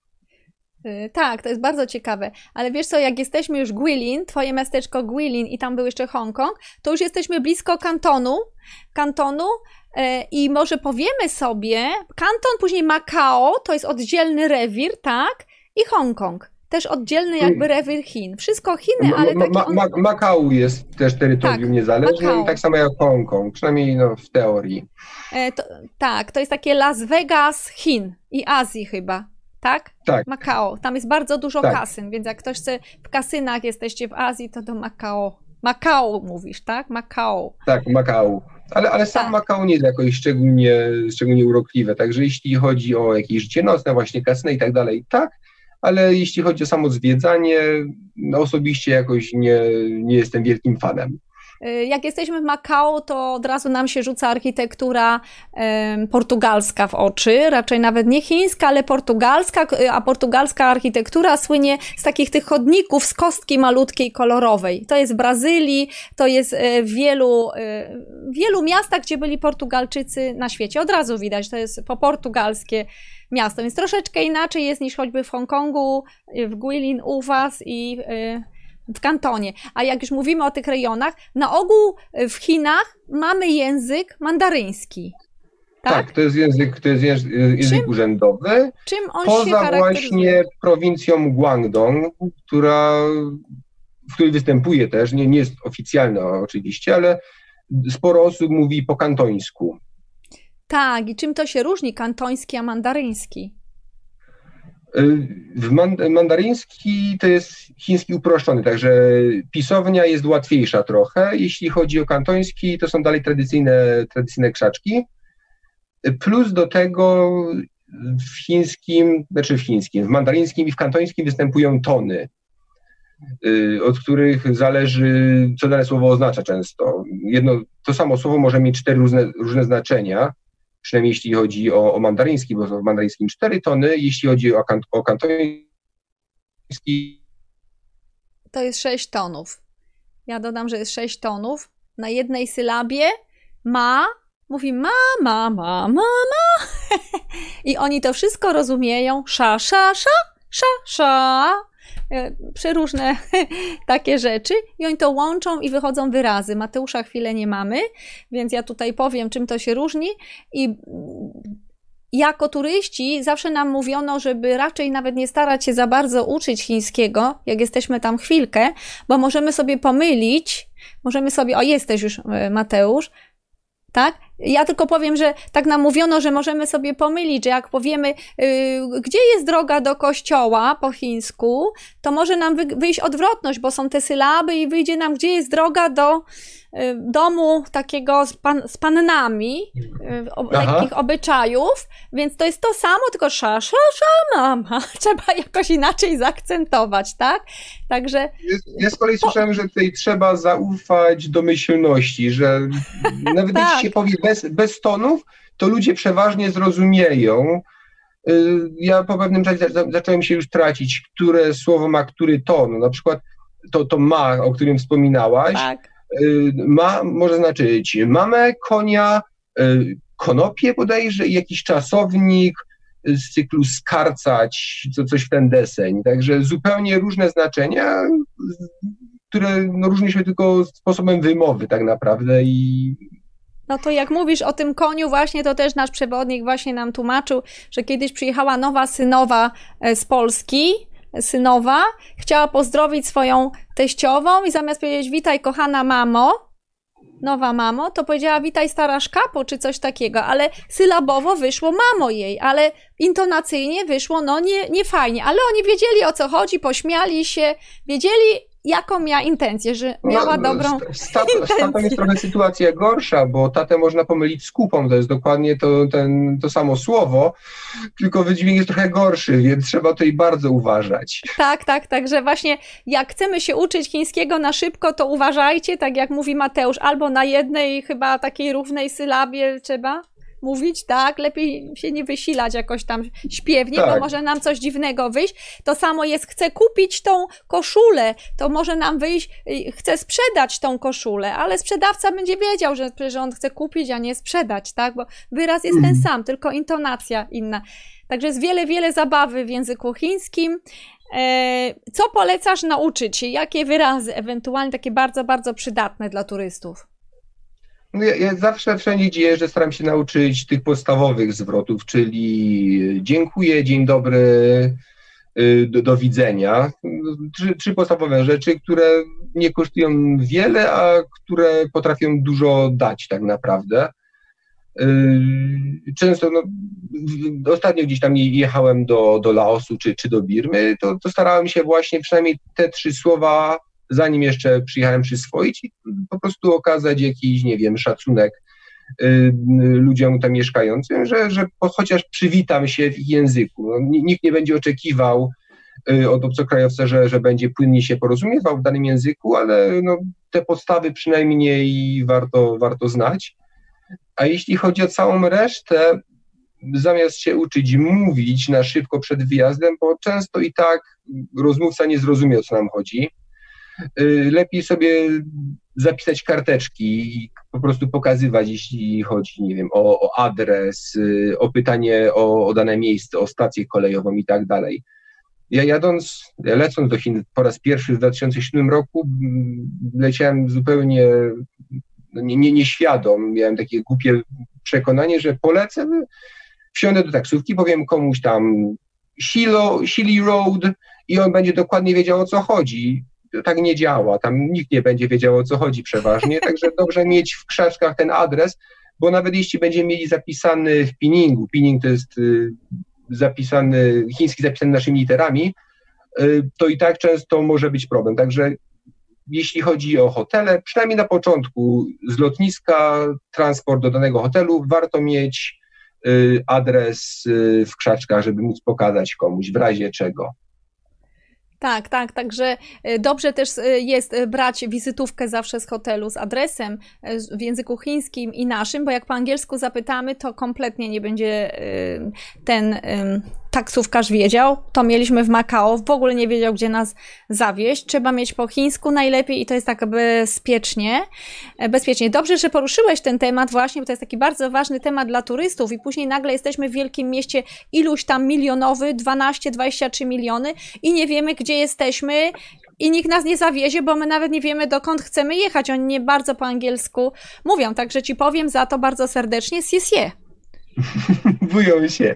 Tak, to jest bardzo ciekawe, ale wiesz co, jak jesteśmy już Guilin, twoje miasteczko Guilin i tam był jeszcze Hongkong, to już jesteśmy blisko kantonu, kantonu e, i może powiemy sobie, kanton, później Makao, to jest oddzielny rewir, tak, i Hongkong, też oddzielny jakby rewir Chin. Wszystko Chiny, ale takie ma, ma, on... Makao jest też terytorium tak, niezależne, Makao. Tak samo jak Hongkong, przynajmniej no, w teorii. E, to, tak, to jest takie Las Vegas Chin i Azji chyba. Tak? Tak. Makao. Tam jest bardzo dużo tak. kasyn, więc jak ktoś chce w kasynach, jesteście w Azji, to do Makao. Makao mówisz, tak? Makao. Tak, Makao. Ale, ale sam tak. Makao nie jest jakoś szczególnie, szczególnie urokliwe, także jeśli chodzi o jakieś życie nocne, właśnie kasyny i tak dalej, tak, ale jeśli chodzi o samo zwiedzanie, no osobiście jakoś nie, nie jestem wielkim fanem. Jak jesteśmy w Makao, to od razu nam się rzuca architektura e, portugalska w oczy, raczej nawet nie chińska, ale portugalska, a portugalska architektura słynie z takich tych chodników z kostki malutkiej, kolorowej. To jest w Brazylii, to jest w wielu, e, wielu miastach, gdzie byli Portugalczycy na świecie. Od razu widać, to jest po portugalskie miasto, więc troszeczkę inaczej jest niż choćby w Hongkongu, w Guilin u was i e, w kantonie. A jak już mówimy o tych rejonach, na ogół w Chinach mamy język mandaryński. Tak, tak to jest język, to jest język, język czym, urzędowy. Czym on Poza się charakteryzuje? właśnie prowincją Guangdong, która, w której występuje też, nie, nie jest oficjalna oczywiście, ale sporo osób mówi po kantońsku. Tak, i czym to się różni, kantoński a mandaryński? W mand- mandaryński to jest chiński uproszczony, także pisownia jest łatwiejsza trochę. Jeśli chodzi o kantoński, to są dalej tradycyjne, tradycyjne krzaczki. Plus do tego w chińskim, znaczy w chińskim, w mandaryńskim i w kantońskim występują tony, od których zależy, co dane słowo oznacza często. Jedno, to samo słowo może mieć cztery różne, różne znaczenia. Przynajmniej jeśli chodzi o, o mandaryński, bo są w mandaryńskim cztery tony, jeśli chodzi o, kant, o kantoński... To jest sześć tonów. Ja dodam, że jest sześć tonów. Na jednej sylabie ma, mówi ma, ma, ma, ma, ma. I oni to wszystko rozumieją. Sza, sza, sza, sza, sza. Przeróżne takie rzeczy i oni to łączą i wychodzą wyrazy. Mateusza chwilę nie mamy, więc ja tutaj powiem, czym to się różni. I jako turyści zawsze nam mówiono, żeby raczej nawet nie starać się za bardzo uczyć chińskiego, jak jesteśmy tam chwilkę, bo możemy sobie pomylić, możemy sobie, o jesteś już Mateusz, tak? Ja tylko powiem, że tak nam mówiono, że możemy sobie pomylić, że jak powiemy, yy, gdzie jest droga do kościoła po chińsku, to może nam wy- wyjść odwrotność, bo są te sylaby i wyjdzie nam, gdzie jest droga do yy, domu takiego z, pan- z pannami, yy, o- lekkich obyczajów, więc to jest to samo, tylko sza, sza, sza, mama. Trzeba jakoś inaczej zaakcentować, tak? Także... Ja z kolei słyszałem, że tutaj trzeba zaufać domyślności, że nawet tak. jeśli się powie bez, bez tonów, to ludzie przeważnie zrozumieją. Ja po pewnym czasie zacząłem się już tracić, które słowo ma który ton. Na przykład to, to ma, o którym wspominałaś, tak. ma może znaczyć mamę, konia, konopię bodajże i jakiś czasownik z cyklu skarcać, co, coś w ten deseń. Także zupełnie różne znaczenia, które no, różnią się tylko sposobem wymowy tak naprawdę i No to jak mówisz o tym koniu właśnie, to też nasz przewodnik właśnie nam tłumaczył, że kiedyś przyjechała nowa synowa z Polski, synowa, chciała pozdrowić swoją teściową i zamiast powiedzieć witaj kochana mamo, nowa mamo, to powiedziała witaj stara szkapo, czy coś takiego, ale sylabowo wyszło mamo jej, ale intonacyjnie wyszło, no nie, nie fajnie, ale oni wiedzieli, o co chodzi, pośmiali się, wiedzieli, jaką miała intencję, że miała no, dobrą z tatą, z tatą jest trochę sytuacja gorsza, bo tatę można pomylić z kupą, to jest dokładnie to, ten, to samo słowo, tylko wydźwięk jest trochę gorszy, więc trzeba tutaj bardzo uważać. Tak, tak, także właśnie jak chcemy się uczyć chińskiego na szybko, to uważajcie, tak jak mówi Mateusz, albo na jednej chyba takiej równej sylabie trzeba mówić, tak, lepiej się nie wysilać jakoś tam śpiewnie, tak. Bo może nam coś dziwnego wyjść. To samo jest, chcę kupić tą koszulę, to może nam wyjść, chcę sprzedać tą koszulę, ale sprzedawca będzie wiedział, że, że on chce kupić, a nie sprzedać, tak, bo wyraz jest ten sam, tylko intonacja inna. Także jest wiele, wiele zabawy w języku chińskim. Co polecasz nauczyć się? Jakie wyrazy, ewentualnie takie bardzo, bardzo przydatne dla turystów? No ja, ja zawsze wszędzie, gdzie jeżdżę, staram się nauczyć tych podstawowych zwrotów, czyli dziękuję, dzień dobry, do, do widzenia. Trzy, trzy podstawowe rzeczy, które nie kosztują wiele, a które potrafią dużo dać tak naprawdę. Często, no, ostatnio gdzieś tam jechałem do, do Laosu czy, czy do Birmy, to, to starałem się właśnie przynajmniej te trzy słowa, zanim jeszcze przyjechałem, przyswoić i po prostu okazać jakiś, nie wiem, szacunek y, ludziom tam mieszkającym, że, że chociaż przywitam się w ich języku. No, nikt nie będzie oczekiwał y, od obcokrajowca, że, że będzie płynnie się porozumiewał w danym języku, ale no, te podstawy przynajmniej warto, warto znać. A jeśli chodzi o całą resztę, zamiast się uczyć mówić na szybko przed wyjazdem, bo często i tak rozmówca nie zrozumie, o co nam chodzi, lepiej sobie zapisać karteczki i po prostu pokazywać, jeśli chodzi, nie wiem, o, o adres, o pytanie o, o dane miejsce, o stację kolejową i tak dalej. Ja jadąc, lecąc do Chin po raz pierwszy w dwa tysiące siódmym roku, leciałem zupełnie nie, nie, nieświadom. Miałem takie głupie przekonanie, że polecę, wsiądę do taksówki, powiem komuś tam Shilo, Shili Road i on będzie dokładnie wiedział, o co chodzi. Tak nie działa, tam nikt nie będzie wiedział, o co chodzi przeważnie, także dobrze mieć w krzaczkach ten adres, bo nawet jeśli będziemy mieli zapisany w pinningu, pinning to jest y, zapisany, chiński zapisany naszymi literami, y, to i tak często może być problem, także jeśli chodzi o hotele, przynajmniej na początku z lotniska, transport do danego hotelu, warto mieć y, adres y, w krzaczkach, żeby móc pokazać komuś w razie czego. Tak, tak, także dobrze też jest brać wizytówkę zawsze z hotelu z adresem w języku chińskim i naszym, bo jak po angielsku zapytamy, to kompletnie nie będzie ten taksówkarz wiedział. To mieliśmy w Makao, w ogóle nie wiedział, gdzie nas zawieźć. Trzeba mieć po chińsku najlepiej i to jest tak bezpiecznie. Bezpiecznie. Dobrze, że poruszyłeś ten temat właśnie, bo to jest taki bardzo ważny temat dla turystów i później nagle jesteśmy w wielkim mieście iluś tam milionowy, dwanaście, dwadzieścia trzy miliony i nie wiemy, gdzie jesteśmy i nikt nas nie zawiezie, bo my nawet nie wiemy, dokąd chcemy jechać. Oni nie bardzo po angielsku mówią, także ci powiem za to bardzo serdecznie, siesie. Bują się.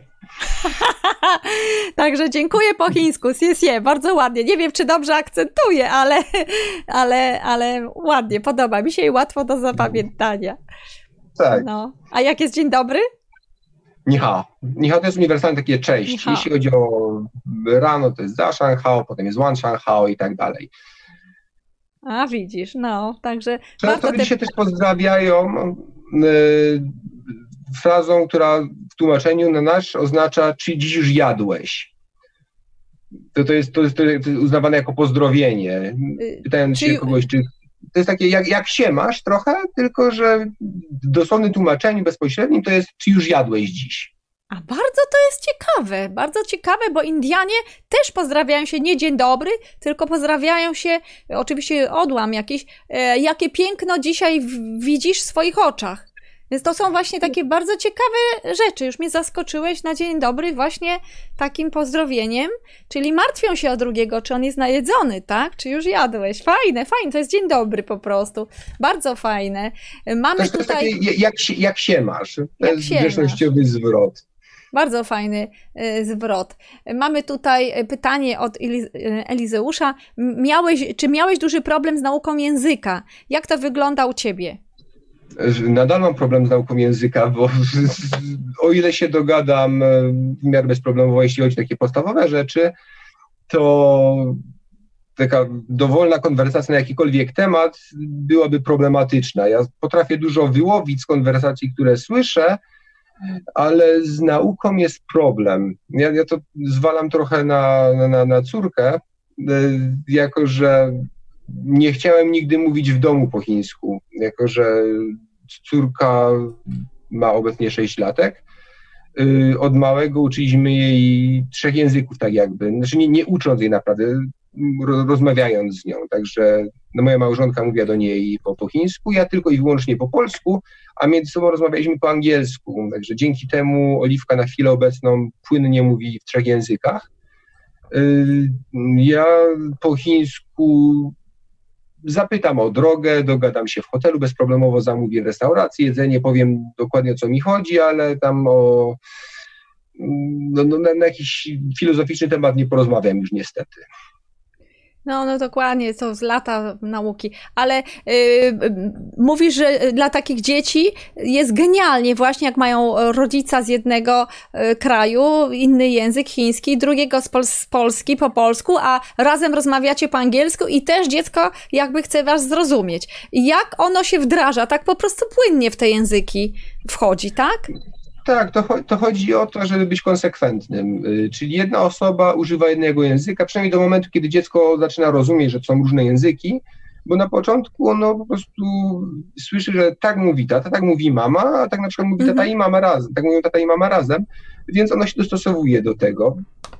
Także dziękuję po chińsku, siesie, bardzo ładnie. Nie wiem, czy dobrze akcentuję, ale, ale, ale ładnie, podoba mi się i łatwo do zapamiętania. Tak. No. A jak jest dzień dobry? Ni hao. Ni hao to jest uniwersalne takie cześć. Jeśli chodzi o rano, to jest za shan hao, potem jest wan shan hao i tak dalej. A widzisz, no, także... Często ludzie te... się też pozdrawiają y, frazą, która w tłumaczeniu na nasz oznacza, czy dziś już jadłeś. To, to, jest, to, jest, to jest uznawane jako pozdrowienie. Pytając czy... się kogoś, czy... To jest takie, jak, jak się masz trochę, tylko że w dosłownym tłumaczeniu bezpośrednim to jest, czy już jadłeś dziś. A bardzo to jest ciekawe, bardzo ciekawe, bo Indianie też pozdrawiają się nie dzień dobry, tylko pozdrawiają się, oczywiście odłam jakiś, e, jakie piękno dzisiaj w, widzisz w swoich oczach. Więc to są właśnie takie bardzo ciekawe rzeczy. Już mnie zaskoczyłeś na dzień dobry właśnie takim pozdrowieniem, czyli martwią się o drugiego, czy on jest najedzony, tak? Czy już jadłeś. Fajne, fajne, to jest dzień dobry po prostu. Bardzo fajne. Mamy to tutaj... Takie, jak, się, jak się masz? To jak jest grzecznościowy zwrot. Bardzo fajny y, zwrot. Mamy tutaj pytanie od Eliz- Elizeusza. Miałeś, czy miałeś duży problem z nauką języka? Jak to wygląda u ciebie? Nadal mam problem z nauką języka, bo o ile się dogadam w miarę bezproblemowo, jeśli chodzi o takie podstawowe rzeczy, to taka dowolna konwersacja na jakikolwiek temat byłaby problematyczna. Ja potrafię dużo wyłowić z konwersacji, które słyszę, ale z nauką jest problem. Ja, ja to zwalam trochę na, na, na córkę, jako że nie chciałem nigdy mówić w domu po chińsku, jako że córka ma obecnie sześć latek. Od małego uczyliśmy jej trzech języków, tak jakby, znaczy nie, nie ucząc jej naprawdę, rozmawiając z nią, także no moja małżonka mówiła do niej po, po chińsku, ja tylko i wyłącznie po polsku, a między sobą rozmawialiśmy po angielsku, także dzięki temu Oliwka na chwilę obecną płynnie mówi w trzech językach. Ja po chińsku zapytam o drogę, dogadam się w hotelu, bezproblemowo zamówię w restauracji, jedzenie, powiem dokładnie o co mi chodzi, ale tam o no, no, na, na jakiś filozoficzny temat nie porozmawiam już niestety. No, no dokładnie, to z lata nauki, ale yy, mówisz, że dla takich dzieci jest genialnie właśnie, jak mają rodzica z jednego y, kraju, inny język chiński, drugiego z, Pol- z Polski po polsku, a razem rozmawiacie po angielsku i też dziecko jakby chce was zrozumieć. Jak ono się wdraża, tak po prostu płynnie w te języki wchodzi, tak? Tak, to, to chodzi o to, żeby być konsekwentnym, czyli jedna osoba używa jednego języka, przynajmniej do momentu, kiedy dziecko zaczyna rozumieć, że są różne języki, bo na początku ono po prostu słyszy, że tak mówi tata, tak mówi mama, a tak na przykład mówi tata i mama razem, tak mówią tata i mama razem, więc ono się dostosowuje do tego.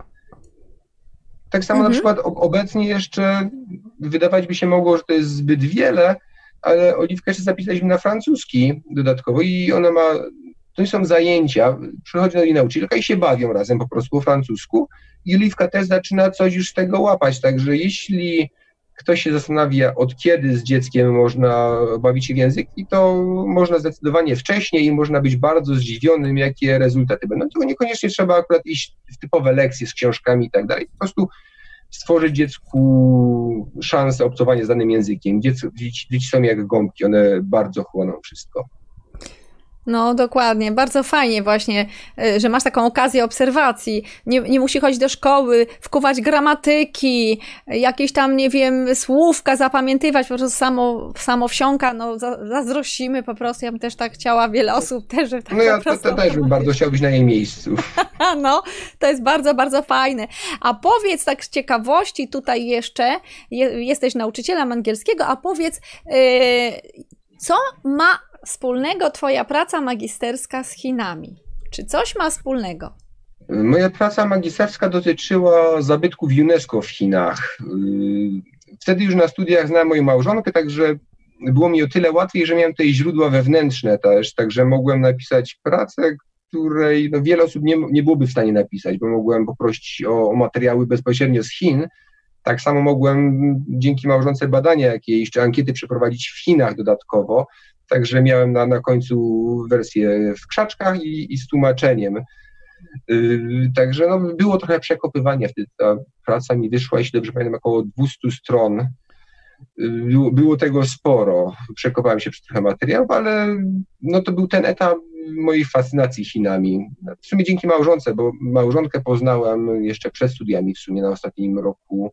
Tak samo mhm. na przykład obecnie jeszcze wydawać by się mogło, że to jest zbyt wiele, ale Oliwkę jeszcze zapisaliśmy na francuski dodatkowo i ona ma... To są zajęcia, przychodzi do niej nauczycielka i się bawią razem po prostu po francusku i Oliwka też zaczyna coś już z tego łapać, także jeśli ktoś się zastanawia, od kiedy z dzieckiem można bawić się w języki, to można zdecydowanie wcześniej i można być bardzo zdziwionym, jakie rezultaty będą. Tylko niekoniecznie trzeba akurat iść w typowe lekcje z książkami i tak dalej, po prostu stworzyć dziecku szansę obcowania z danym językiem. Dzieci, dzieci są jak gąbki, one bardzo chłoną wszystko. No dokładnie, bardzo fajnie właśnie, że masz taką okazję obserwacji. Nie, nie musi chodzić do szkoły, wkuwać gramatyki, jakieś tam, nie wiem, słówka zapamiętywać, po prostu samo, samo wsiąka, no zazdrościmy po prostu, ja bym też tak chciała, wiele osób też, że tak no ja po prostu... to, to też bym bardzo chciał być na jej miejscu. No, to jest bardzo, bardzo fajne. A powiedz tak z ciekawości tutaj jeszcze, je, jesteś nauczycielem angielskiego, a powiedz, yy, co ma wspólnego twoja praca magisterska z Chinami? Czy coś ma wspólnego? Moja praca magisterska dotyczyła zabytków UNESCO w Chinach. Wtedy już na studiach znałem moją małżonkę, także było mi o tyle łatwiej, że miałem tutaj źródła wewnętrzne też, także mogłem napisać pracę, której no, wiele osób nie, nie byłoby w stanie napisać, bo mogłem poprosić o, o materiały bezpośrednio z Chin. Tak samo mogłem dzięki małżonce badania jakieś, czy ankiety przeprowadzić w Chinach dodatkowo. Także miałem na, na końcu wersję w krzaczkach i, i z tłumaczeniem. Yy, także no, było trochę przekopywania wtedy. Ta praca mi wyszła, jeśli dobrze pamiętam, około dwieście stron. Yy, było, było tego sporo. Przekopałem się przez trochę materiałów, ale no, to był ten etap mojej fascynacji Chinami. W sumie dzięki małżonce, bo małżonkę poznałem jeszcze przed studiami, w sumie na ostatnim roku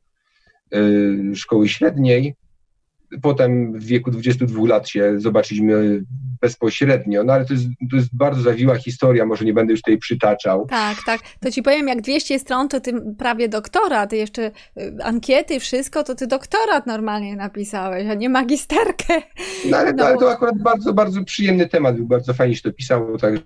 yy, szkoły średniej. Potem w wieku dwudziestu dwóch lat się zobaczyliśmy bezpośrednio, no ale to jest, to jest bardzo zawiła historia, może nie będę już tutaj przytaczał. Tak, tak. To ci powiem, jak dwieście stron, to ty prawie doktorat, ty jeszcze ankiety, wszystko, to ty doktorat normalnie napisałeś, a nie magisterkę. No ale, no. ale to akurat bardzo, bardzo przyjemny temat, był bardzo fajnie się to pisało, także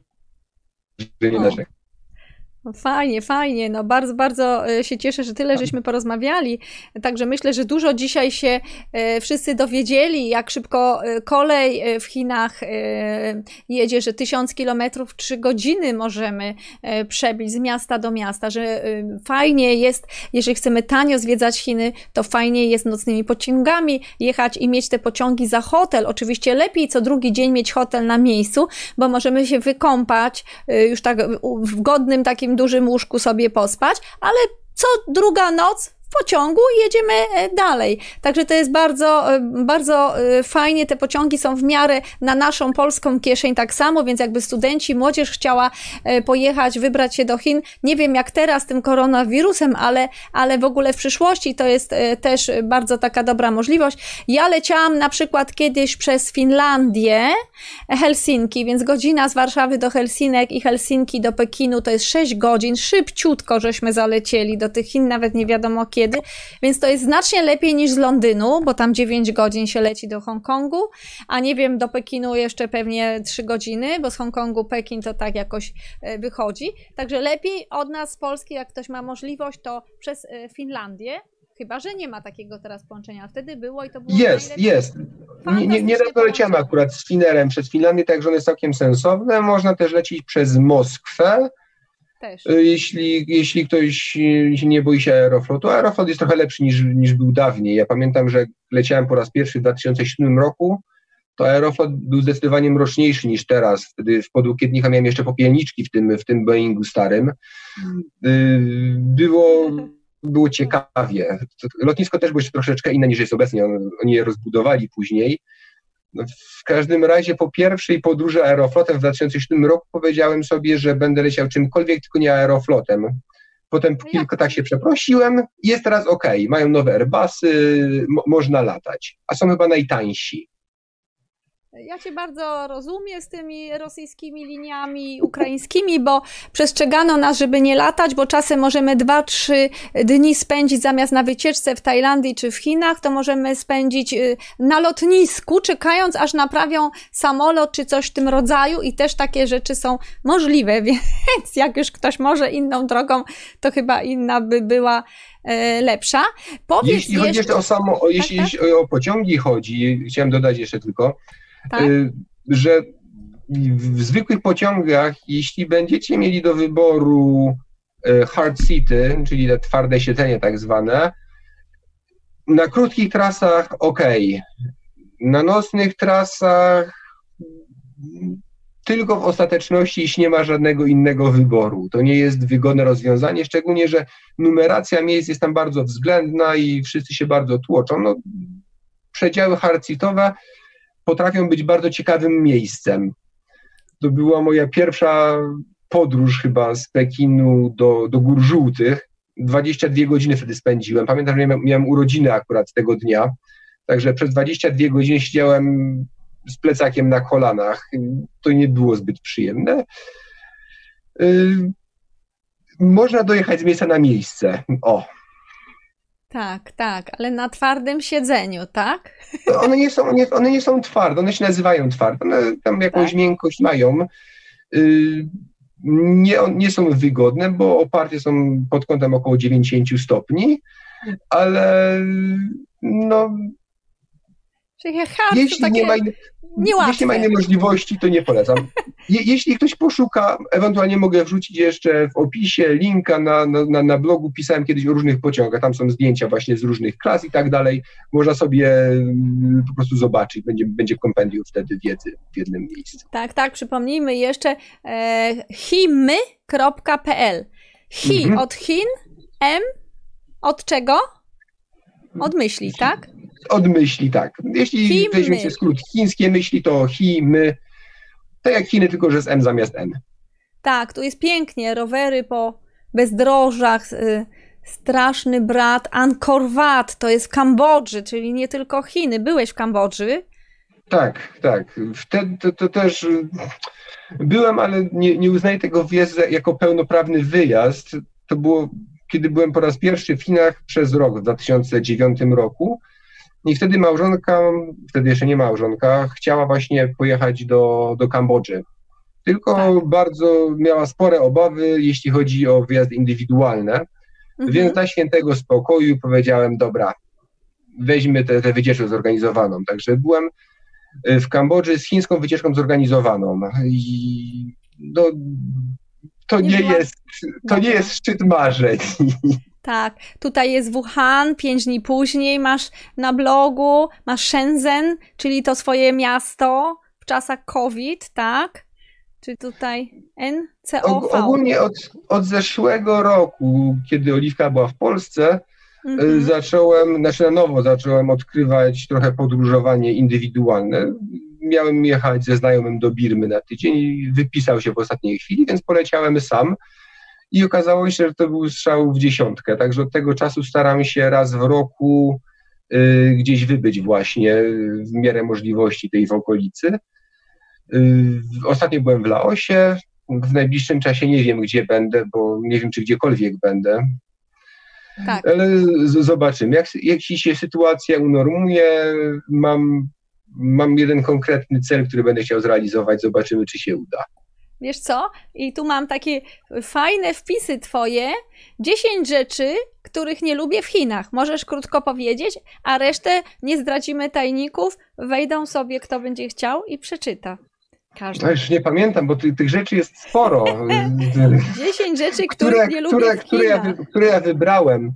nie narzekam. Fajnie, fajnie, no bardzo, bardzo się cieszę, że tyle żeśmy porozmawiali, także myślę, że dużo dzisiaj się wszyscy dowiedzieli, jak szybko kolej w Chinach jedzie, że tysiąc kilometrów, trzy godziny możemy przebić z miasta do miasta, że fajnie jest, jeżeli chcemy tanio zwiedzać Chiny, to fajnie jest nocnymi pociągami jechać i mieć te pociągi za hotel, oczywiście lepiej co drugi dzień mieć hotel na miejscu, bo możemy się wykąpać już tak w godnym takim dużym łóżku sobie pospać, ale co druga noc w pociągu i jedziemy dalej. Także to jest bardzo, bardzo fajnie. Te pociągi są w miarę na naszą polską kieszeń tak samo, więc jakby studenci, młodzież chciała pojechać, wybrać się do Chin. Nie wiem jak teraz z tym koronawirusem, ale, ale w ogóle w przyszłości to jest też bardzo taka dobra możliwość. Ja leciałam na przykład kiedyś przez Finlandię, Helsinki, więc godzina z Warszawy do Helsinek i Helsinki do Pekinu to jest sześć godzin. Szybciutko żeśmy zalecieli do tych Chin, nawet nie wiadomo kiedy, więc to jest znacznie lepiej niż z Londynu, bo tam dziewięć godzin się leci do Hongkongu, a nie wiem, do Pekinu jeszcze pewnie trzy godziny, bo z Hongkongu Pekin to tak jakoś wychodzi. Także lepiej od nas z Polski, jak ktoś ma możliwość, to przez Finlandię, chyba że nie ma takiego teraz połączenia. Wtedy było i to było Jest, najlepiej. jest. Nie, nie, niedawno leciałem akurat z Finerem przez Finlandię, także one jest całkiem sensowne. Można też lecieć przez Moskwę. Też. Jeśli, jeśli ktoś nie boi się Aeroflotu, Aeroflot jest trochę lepszy niż, niż był dawniej. Ja pamiętam, że leciałem po raz pierwszy w dwa tysiące siódmym roku, to Aeroflot był zdecydowanie mroczniejszy niż teraz. Wtedy w podłokietnika miałem jeszcze popielniczki w tym, w tym Boeingu starym. Było, było ciekawie. Lotnisko też było jeszcze troszeczkę inne niż jest obecnie. Oni je rozbudowali później. W każdym razie po pierwszej podróży Aeroflotem w dwa tysiące siódmym roku powiedziałem sobie, że będę leciał czymkolwiek, tylko nie Aeroflotem. Potem po kilku tak się przeprosiłem i jest teraz ok. Mają nowe Airbusy, mo- można latać, a są chyba najtańsi. Ja Cię bardzo rozumiem z tymi rosyjskimi liniami ukraińskimi, bo przestrzegano nas, żeby nie latać, bo czasem możemy dwa, trzy dni spędzić zamiast na wycieczce w Tajlandii czy w Chinach, to możemy spędzić na lotnisku, czekając aż naprawią samolot czy coś w tym rodzaju i też takie rzeczy są możliwe, więc jak już ktoś może inną drogą, to chyba inna by była lepsza. Powiedz jeśli jeszcze... chodzi jeszcze o samo, o, jeśli, tak, tak? jeśli o pociągi chodzi, chciałem dodać jeszcze tylko, tak? że w zwykłych pociągach, jeśli będziecie mieli do wyboru hard seaty, czyli te twarde siedzenie tak zwane, na krótkich trasach ok, na nocnych trasach tylko w ostateczności, jeśli nie ma żadnego innego wyboru. To nie jest wygodne rozwiązanie, szczególnie, że numeracja miejsc jest tam bardzo względna i wszyscy się bardzo tłoczą. No, przedziały hard-seatowe potrafią być bardzo ciekawym miejscem. To była moja pierwsza podróż chyba z Pekinu do, do Gór Żółtych. dwadzieścia dwie godziny wtedy spędziłem. Pamiętam, że miałem, miałem urodziny akurat tego dnia, także przez dwadzieścia dwie godziny siedziałem z plecakiem na kolanach. To nie było zbyt przyjemne. Yy, można dojechać z miejsca na miejsce. O. Tak, tak, ale na twardym siedzeniu, tak? One nie są, one, one nie są twarde, one się nazywają twarde, one tam jakąś tak? miękkość mają. Yy, nie, nie są wygodne, bo oparcie są pod kątem około dziewięćdziesiąt stopni, ale no... Jeśli takie... nie ma, in... Jeśli ma innej możliwości, to nie polecam. Je, jeśli ktoś poszuka, ewentualnie mogę wrzucić jeszcze w opisie linka na, na, na blogu. Pisałem kiedyś o różnych pociągach, tam są zdjęcia właśnie z różnych klas i tak dalej. Można sobie po prostu zobaczyć, będzie, będzie kompendium wtedy wiedzy w jednym miejscu. Tak, tak, przypomnijmy jeszcze e, himy kropka pe el. Hi mhm. od Chin, M od czego? Od myśli, tak? Od myśli, tak. Jeśli Himy. weźmiecie skrót chińskie myśli, to Himy, tak jak Chiny, tylko że z M zamiast N. Tak, tu jest pięknie, rowery po bezdrożach, y, straszny brat, Angkor Wat, to jest w Kambodży, czyli nie tylko Chiny. Byłeś w Kambodży? Tak, tak. Wtedy to, to też byłem, ale nie, nie uznaję tego wjazdu jako pełnoprawny wyjazd. To było, kiedy byłem po raz pierwszy w Chinach przez rok, w dwa tysiące dziewiątym roku. I wtedy małżonka, wtedy jeszcze nie małżonka, chciała właśnie pojechać do, do Kambodży. Tylko tak. bardzo miała spore obawy, jeśli chodzi o wyjazdy indywidualne. Mhm. Więc dla świętego spokoju powiedziałem, dobra, weźmy tę wycieczkę zorganizowaną. Także byłem w Kambodży z chińską wycieczką zorganizowaną. I no, to nie, nie jest, to nie jest szczyt marzeń. Tak, tutaj jest Wuhan, pięć dni później masz na blogu, masz Shenzhen, czyli to swoje miasto w czasach COVID, tak? Czy tutaj N C O V? Ogólnie od, od zeszłego roku, kiedy Oliwka była w Polsce, mm-hmm. zacząłem, znaczy na nowo zacząłem odkrywać trochę podróżowanie indywidualne. Miałem jechać ze znajomym do Birmy na tydzień i wypisał się w ostatniej chwili, więc poleciałem sam i okazało się, że to był strzał w dziesiątkę, także od tego czasu staram się raz w roku y, gdzieś wybyć właśnie w miarę możliwości tej w okolicy. Y, ostatnio byłem w Laosie, w najbliższym czasie nie wiem, gdzie będę, bo nie wiem, czy gdziekolwiek będę. Tak. Ale z- zobaczymy. Jak, jak się sytuacja unormuje, mam, mam jeden konkretny cel, który będę chciał zrealizować. Zobaczymy, czy się uda. Wiesz co? I tu mam takie fajne wpisy twoje. dziesięć rzeczy, których nie lubię w Chinach. Możesz krótko powiedzieć, a resztę nie zdradzimy tajników. Wejdą sobie, kto będzie chciał i przeczyta. Każdy. No już nie pamiętam, bo ty, tych rzeczy jest sporo. dziesięć rzeczy, których które, nie lubię które, w które, ja, które ja wybrałem.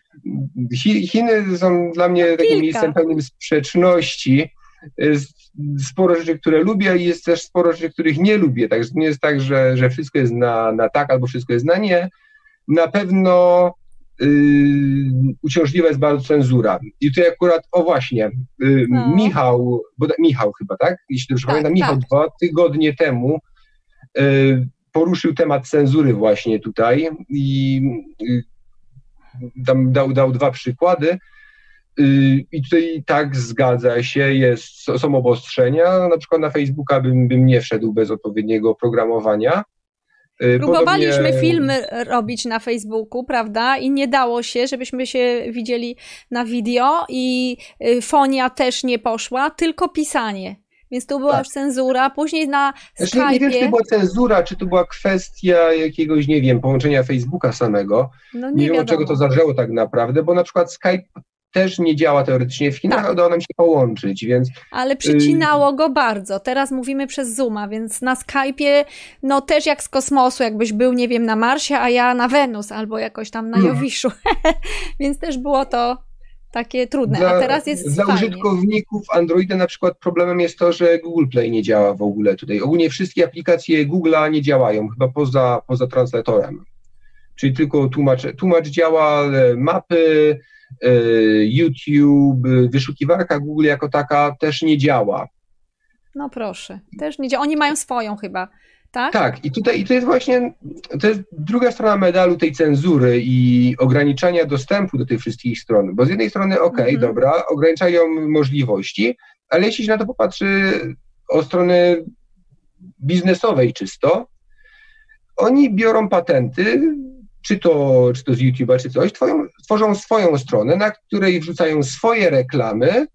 Chiny są dla mnie takim Kilka. miejscem pełnym sprzeczności. Jest sporo rzeczy, które lubię i jest też sporo rzeczy, których nie lubię. Także nie jest tak, że, że wszystko jest na, na tak albo wszystko jest na nie. Na pewno yy, uciążliwa jest bardzo cenzura. I tutaj akurat, o właśnie, yy, no. Michał, bo, Michał chyba, tak? Jeśli dobrze tak, pamiętam, Michał tak. dwa tygodnie temu yy, poruszył temat cenzury właśnie tutaj i yy, tam dał, dał dwa przykłady. I tutaj tak zgadza się, jest, są obostrzenia, na przykład na Facebooka bym, bym nie wszedł bez odpowiedniego oprogramowania. Próbowaliśmy Podobnie... filmy robić na Facebooku, prawda, i nie dało się, żebyśmy się widzieli na wideo i fonia też nie poszła, tylko pisanie. Więc tu była tak. już cenzura, później na znaczy, Skype'ie... Nie wiem, czy to była cenzura, czy to była kwestia jakiegoś, nie wiem, połączenia Facebooka samego. No nie, nie wiem, od czego to zaczęło tak naprawdę, bo na przykład Skype też nie działa teoretycznie w Chinach, tak. ale udało nam się połączyć, więc... Ale przycinało go bardzo. Teraz mówimy przez Zooma, więc na Skype'ie, no też jak z kosmosu, jakbyś był, nie wiem, na Marsie, a ja na Wenus, albo jakoś tam na Jowiszu. więc też było to takie trudne, dla, a teraz jest Dla fajnie. użytkowników Androida na przykład problemem jest to, że Google Play nie działa w ogóle tutaj. Ogólnie wszystkie aplikacje Google'a nie działają, chyba poza, poza translatorem. Czyli tylko tłumacz, tłumacz działa, mapy, YouTube, wyszukiwarka Google jako taka też nie działa. No proszę, też nie działa. Oni mają swoją chyba, tak? Tak, i tutaj i to jest właśnie, to jest druga strona medalu tej cenzury i ograniczania dostępu do tych wszystkich stron, bo z jednej strony okej, okay, mm-hmm. dobra, ograniczają możliwości, ale jeśli się na to popatrzy od strony biznesowej czysto, oni biorą patenty, czy to, czy to z YouTube'a, czy coś, twoją, tworzą swoją stronę, na której wrzucają swoje reklamy,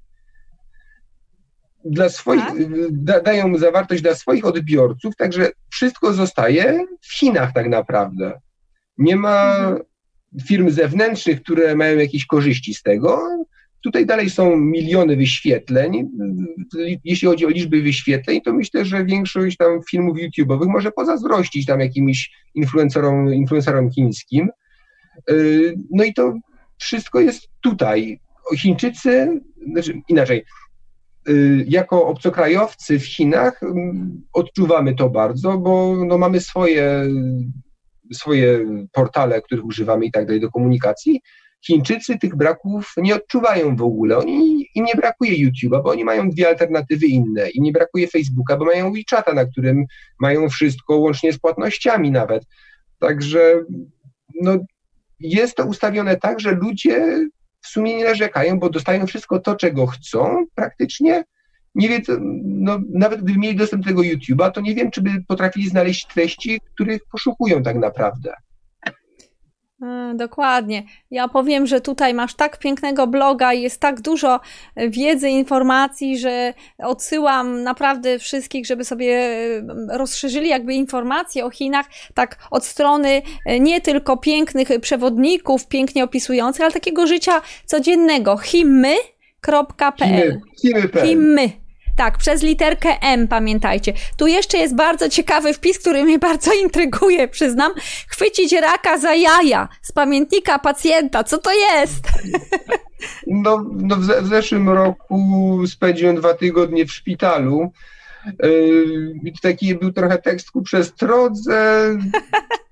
dla swoich, tak? da, dają zawartość dla swoich odbiorców, także wszystko zostaje w Chinach tak naprawdę. Nie ma mhm. firm zewnętrznych, które mają jakieś korzyści z tego. Tutaj dalej są miliony wyświetleń. Jeśli chodzi o liczby wyświetleń, to myślę, że większość tam filmów YouTube'owych może pozazdrościć tam jakimś influencerom, influencerom chińskim. No i to wszystko jest tutaj. Chińczycy, znaczy inaczej, jako obcokrajowcy w Chinach odczuwamy to bardzo, bo no mamy swoje, swoje portale, których używamy i tak dalej do komunikacji. Chińczycy tych braków nie odczuwają w ogóle. Oni, im nie brakuje YouTube'a, bo oni mają dwie alternatywy inne. Im nie brakuje Facebooka, bo mają WeChata, na którym mają wszystko, łącznie z płatnościami nawet. Także no, jest to ustawione tak, że ludzie w sumie nie narzekają, bo dostają wszystko to, czego chcą praktycznie. Nie wiem, no, nawet gdyby mieli dostęp do tego YouTube'a, to nie wiem, czy by potrafili znaleźć treści, których poszukują tak naprawdę. Dokładnie. Ja powiem, że tutaj masz tak pięknego bloga i jest tak dużo wiedzy, informacji, że odsyłam naprawdę wszystkich, żeby sobie rozszerzyli jakby informacje o Chinach, tak od strony nie tylko pięknych przewodników, pięknie opisujących, ale takiego życia codziennego. himmy kropka p l Himmy. Tak, przez literkę M, pamiętajcie. Tu jeszcze jest bardzo ciekawy wpis, który mnie bardzo intryguje, przyznam. Chwycić raka za jaja z pamiętnika pacjenta. Co to jest? No, no w, w zeszłym roku spędziłem dwa tygodnie w szpitalu. Yy, taki był trochę tekst ku przestrodze.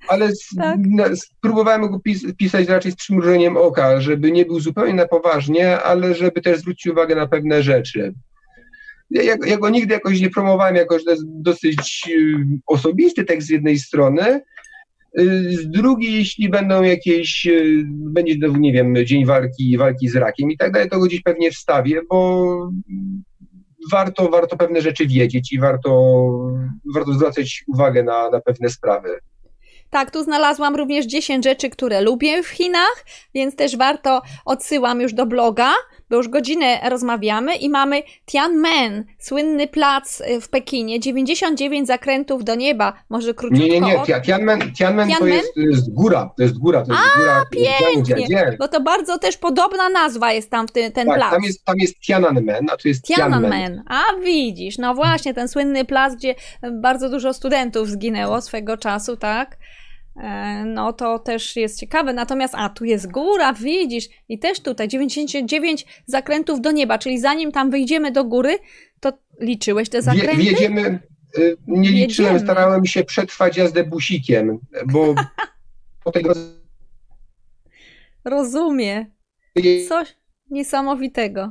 ale tak. spróbowałem go pis pisać raczej z przymrużeniem oka, żeby nie był zupełnie na poważnie, ale żeby też zwrócić uwagę na pewne rzeczy. Ja, ja, ja go nigdy jakoś nie promowałem, jako że to jest dosyć y, osobisty tekst z jednej strony, y, z drugiej, jeśli będą jakieś, y, będzie, nie wiem, dzień walki, walki z rakiem i tak dalej, to go gdzieś pewnie wstawię, bo warto, warto pewne rzeczy wiedzieć i warto, warto zwracać uwagę na, na pewne sprawy. Tak, tu znalazłam również dziesięć rzeczy, które lubię w Chinach, więc też warto, odsyłam już do bloga, bo już godzinę rozmawiamy i mamy Tiananmen, słynny plac w Pekinie, dziewięćdziesiąt dziewięć zakrętów do nieba, może króciutko. Nie, nie, nie, od... Tiananmen, Tiananmen to jest, to jest góra, to jest góra, to jest A, góra. pięknie, bo to bardzo też podobna nazwa jest tam w ty, ten tak, plac. tam jest, tam jest Tiananmen, a tu jest Tiananmen. Tiananmen, a widzisz, no właśnie, ten słynny plac, gdzie bardzo dużo studentów zginęło swego czasu, tak? No to też jest ciekawe, natomiast, a tu jest góra, widzisz, i też tutaj dziewięćdziesiąt dziewięć zakrętów do nieba, czyli zanim tam wyjdziemy do góry, to liczyłeś te zakręty? Wie, wiedziemy, nie liczyłem, Jedziemy. starałem się przetrwać jazdę busikiem, bo po tej drodze... Rozumiem, coś niesamowitego.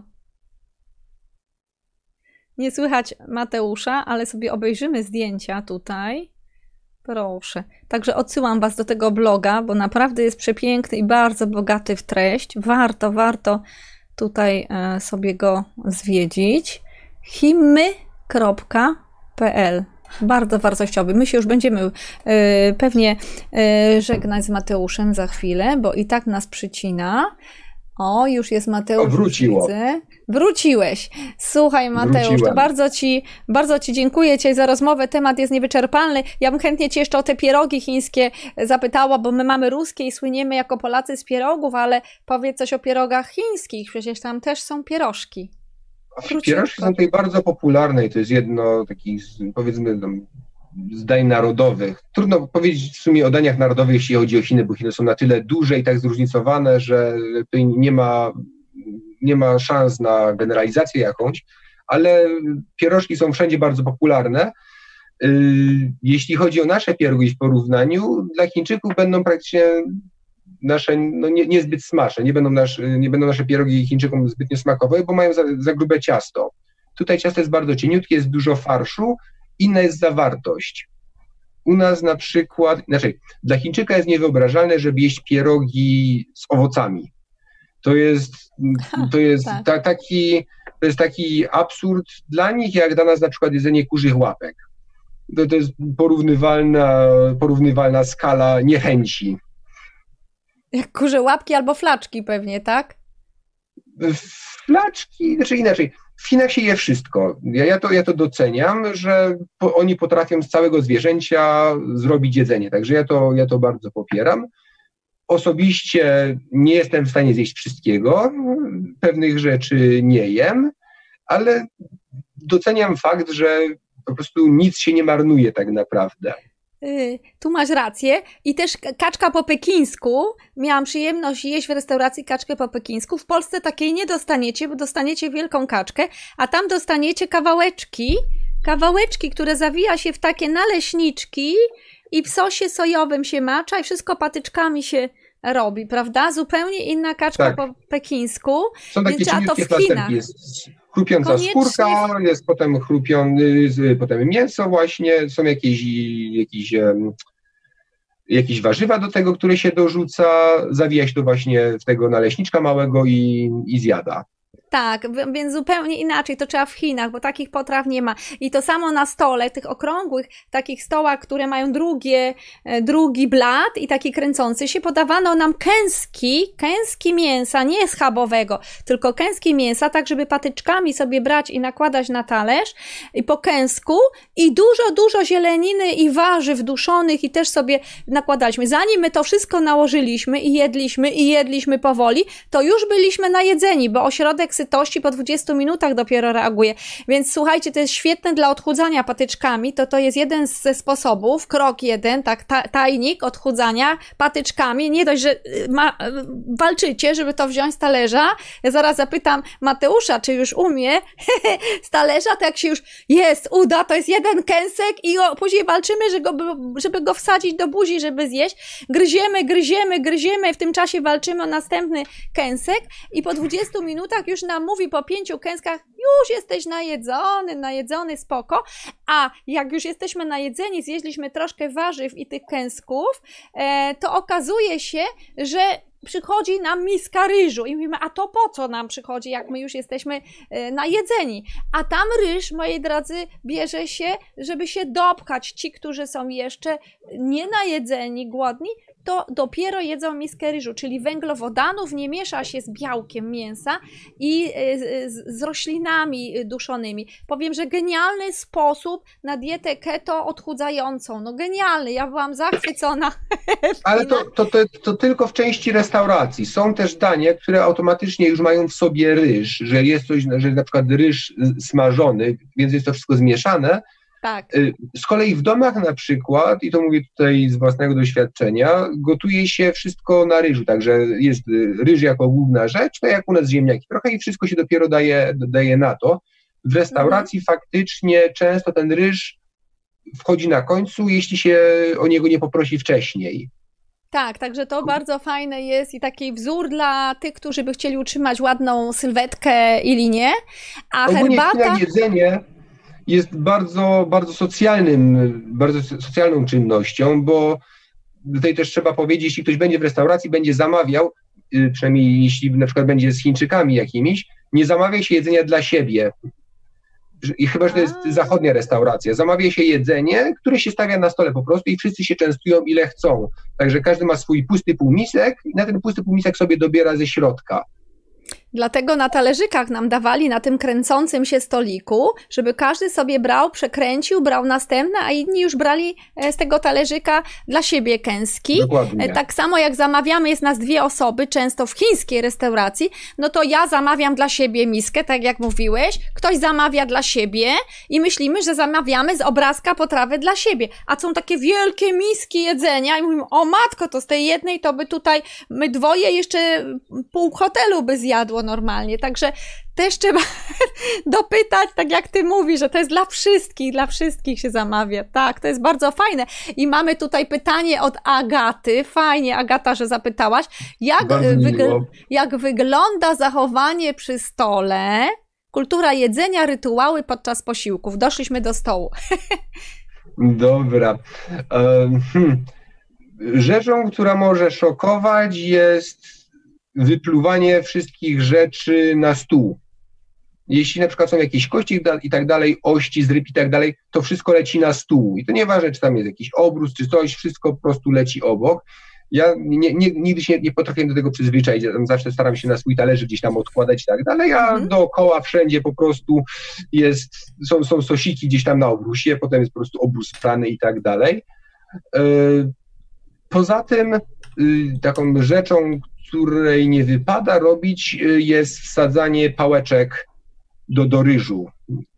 Nie słychać Mateusza, ale sobie obejrzymy zdjęcia tutaj. Proszę. Także odsyłam was do tego bloga, bo naprawdę jest przepiękny i bardzo bogaty w treść. Warto, warto tutaj sobie go zwiedzić. himmy kropka pe el. Bardzo wartościowy. My się już będziemy pewnie żegnać z Mateuszem za chwilę, bo i tak nas przycina. O, już jest Mateusz. O, wróciło. Widzę. Wróciłeś. Słuchaj, Mateusz, Wróciłem. to bardzo ci, bardzo ci dziękuję Ci za rozmowę. Temat jest niewyczerpalny. Ja bym chętnie Cię jeszcze o te pierogi chińskie zapytała, bo my mamy ruskie i słyniemy jako Polacy z pierogów, ale powiedz coś o pierogach chińskich. Przecież tam też są pierożki. Króciutko. Pierożki są tutaj bardzo popularne i to jest jedno takich, powiedzmy, z dań narodowych. Trudno powiedzieć w sumie o daniach narodowych, jeśli chodzi o Chiny, bo Chiny są na tyle duże i tak zróżnicowane, że tutaj nie ma, nie ma szans na generalizację jakąś, ale pierożki są wszędzie bardzo popularne. Jeśli chodzi o nasze pierogi w porównaniu, dla Chińczyków będą praktycznie nasze no nie, niezbyt smaczne, nie będą, nasz, nie będą nasze pierogi Chińczykom zbytnio smakowe, bo mają za, za grube ciasto. Tutaj ciasto jest bardzo cieniutkie, jest dużo farszu, inna jest zawartość. U nas na przykład, znaczy dla Chińczyka jest niewyobrażalne, żeby jeść pierogi z owocami. To jest, to jest, tak. ta, taki, to jest taki absurd dla nich, jak dla nas na przykład jedzenie kurzych łapek. To, to jest porównywalna, porównywalna skala niechęci. Jak kurze łapki albo flaczki pewnie, tak? Flaczki, znaczy inaczej. W Chinach się je wszystko. Ja, ja, to, ja to doceniam, że po, oni potrafią z całego zwierzęcia zrobić jedzenie, także ja to, ja to bardzo popieram. Osobiście nie jestem w stanie zjeść wszystkiego, pewnych rzeczy nie jem, ale doceniam fakt, że po prostu nic się nie marnuje tak naprawdę. Yy, tu masz rację. I też kaczka po pekińsku. Miałam przyjemność jeść w restauracji kaczkę po pekińsku. W Polsce takiej nie dostaniecie, bo dostaniecie wielką kaczkę, a tam dostaniecie kawałeczki, kawałeczki, które zawija się w takie naleśniczki i w sosie sojowym się macza i wszystko patyczkami się robi, prawda? Zupełnie inna kaczka tak. po pekińsku. Są takie cieniutkie plasterki, jest chrupiąca Koniecznie. skórka, jest potem chrupiony, potem mięso właśnie, są jakieś, jakieś, jakieś warzywa do tego, które się dorzuca, zawija się to właśnie w tego naleśniczka małego i, i zjada. Tak, więc zupełnie inaczej, to trzeba w Chinach, bo takich potraw nie ma. I to samo na stole, tych okrągłych, takich stołach, które mają drugie, drugi blat i taki kręcący się, podawano nam kęski, kęski mięsa, nie schabowego, tylko kęski mięsa, tak żeby patyczkami sobie brać i nakładać na talerz i po kęsku i dużo, dużo zieleniny i warzyw duszonych i też sobie nakładaliśmy. Zanim my to wszystko nałożyliśmy i jedliśmy i jedliśmy powoli, to już byliśmy najedzeni, bo ośrodek sytości po dwudziestu minutach dopiero reaguje. Więc słuchajcie, to jest świetne dla odchudzania patyczkami, to to jest jeden ze sposobów, krok jeden, tak, ta, tajnik odchudzania patyczkami. Nie dość, że ma, walczycie, żeby to wziąć z talerza. Ja zaraz zapytam Mateusza, czy już umie z talerza, to jak się już jest, uda, to jest jeden kęsek i o, później walczymy, żeby go, żeby go wsadzić do buzi, żeby zjeść. Gryziemy, gryziemy, gryziemy, w tym czasie walczymy o następny kęsek i po dwudziestu minutach już nam mówi, po pięciu kęskach już jesteś najedzony, najedzony, spoko, a jak już jesteśmy najedzeni, zjedliśmy troszkę warzyw i tych kęsków, e, to okazuje się, że przychodzi nam miska ryżu i mówimy, a to po co nam przychodzi, jak my już jesteśmy e, najedzeni? A tam ryż, moi drodzy, bierze się, żeby się dopchać. Ci, którzy są jeszcze nie najedzeni, głodni, to dopiero jedzą miskę ryżu, czyli węglowodanów nie miesza się z białkiem mięsa i z, z roślinami duszonymi. Powiem, że genialny sposób na dietę keto odchudzającą. No genialny, ja byłam zachwycona. Ale to, to, to, to tylko w części restauracji. Są też dania, które automatycznie już mają w sobie ryż, że jest coś, że na przykład ryż smażony, więc jest to wszystko zmieszane. Tak. Z kolei w domach na przykład, i to mówię tutaj z własnego doświadczenia, gotuje się wszystko na ryżu, także jest ryż jako główna rzecz, tak jak u nas ziemniaki trochę i wszystko się dopiero daje, daje na to. W restauracji mhm. faktycznie często ten ryż wchodzi na końcu, jeśli się o niego nie poprosi wcześniej. Tak, także to bardzo fajne jest i taki wzór dla tych, którzy by chcieli utrzymać ładną sylwetkę i linię, a ogólnie herbata... jedzenie jest bardzo, bardzo socjalnym, bardzo socjalną czynnością, bo tutaj też trzeba powiedzieć, jeśli ktoś będzie w restauracji, będzie zamawiał, przynajmniej jeśli na przykład będzie z Chińczykami jakimiś, nie zamawia się jedzenia dla siebie. I chyba, że to jest zachodnia restauracja. Zamawia się jedzenie, które się stawia na stole po prostu i wszyscy się częstują ile chcą. Także każdy ma swój pusty półmisek i na ten pusty półmisek sobie dobiera ze środka. Dlatego na talerzykach nam dawali na tym kręcącym się stoliku, żeby każdy sobie brał, przekręcił, brał następne, a inni już brali z tego talerzyka dla siebie kęski. Dokładnie. Tak samo jak zamawiamy, jest nas dwie osoby, często w chińskiej restauracji, no to ja zamawiam dla siebie miskę, tak jak mówiłeś, ktoś zamawia dla siebie i myślimy, że zamawiamy z obrazka potrawy dla siebie, a są takie wielkie miski jedzenia i mówimy, o matko, to z tej jednej to by tutaj my dwoje jeszcze pół hotelu by zjadło normalnie, także też trzeba dopytać, tak jak ty mówisz, że to jest dla wszystkich, dla wszystkich się zamawia. Tak, to jest bardzo fajne. I mamy tutaj pytanie od Agaty. Fajnie, Agata, że zapytałaś. Jak, wygl- jak wygląda zachowanie przy stole, kultura jedzenia, rytuały podczas posiłków? Doszliśmy do stołu. Dobra. Um, hmm. Rzeczą, która może szokować, jest wypluwanie wszystkich rzeczy na stół. Jeśli na przykład są jakieś kości i tak dalej, ości z ryb i tak dalej, to wszystko leci na stół. I to nieważne, czy tam jest jakiś obrus, czy coś, wszystko po prostu leci obok. Ja nie, nie, nigdy się nie potrafię do tego przyzwyczaić, ja tam zawsze staram się na swój talerz gdzieś tam odkładać i tak dalej, a mhm. dookoła wszędzie po prostu jest, są, są sosiki gdzieś tam na obrusie, potem jest po prostu obrus prany i tak dalej. Poza tym taką rzeczą, której nie wypada robić, jest wsadzanie pałeczek do, do ryżu.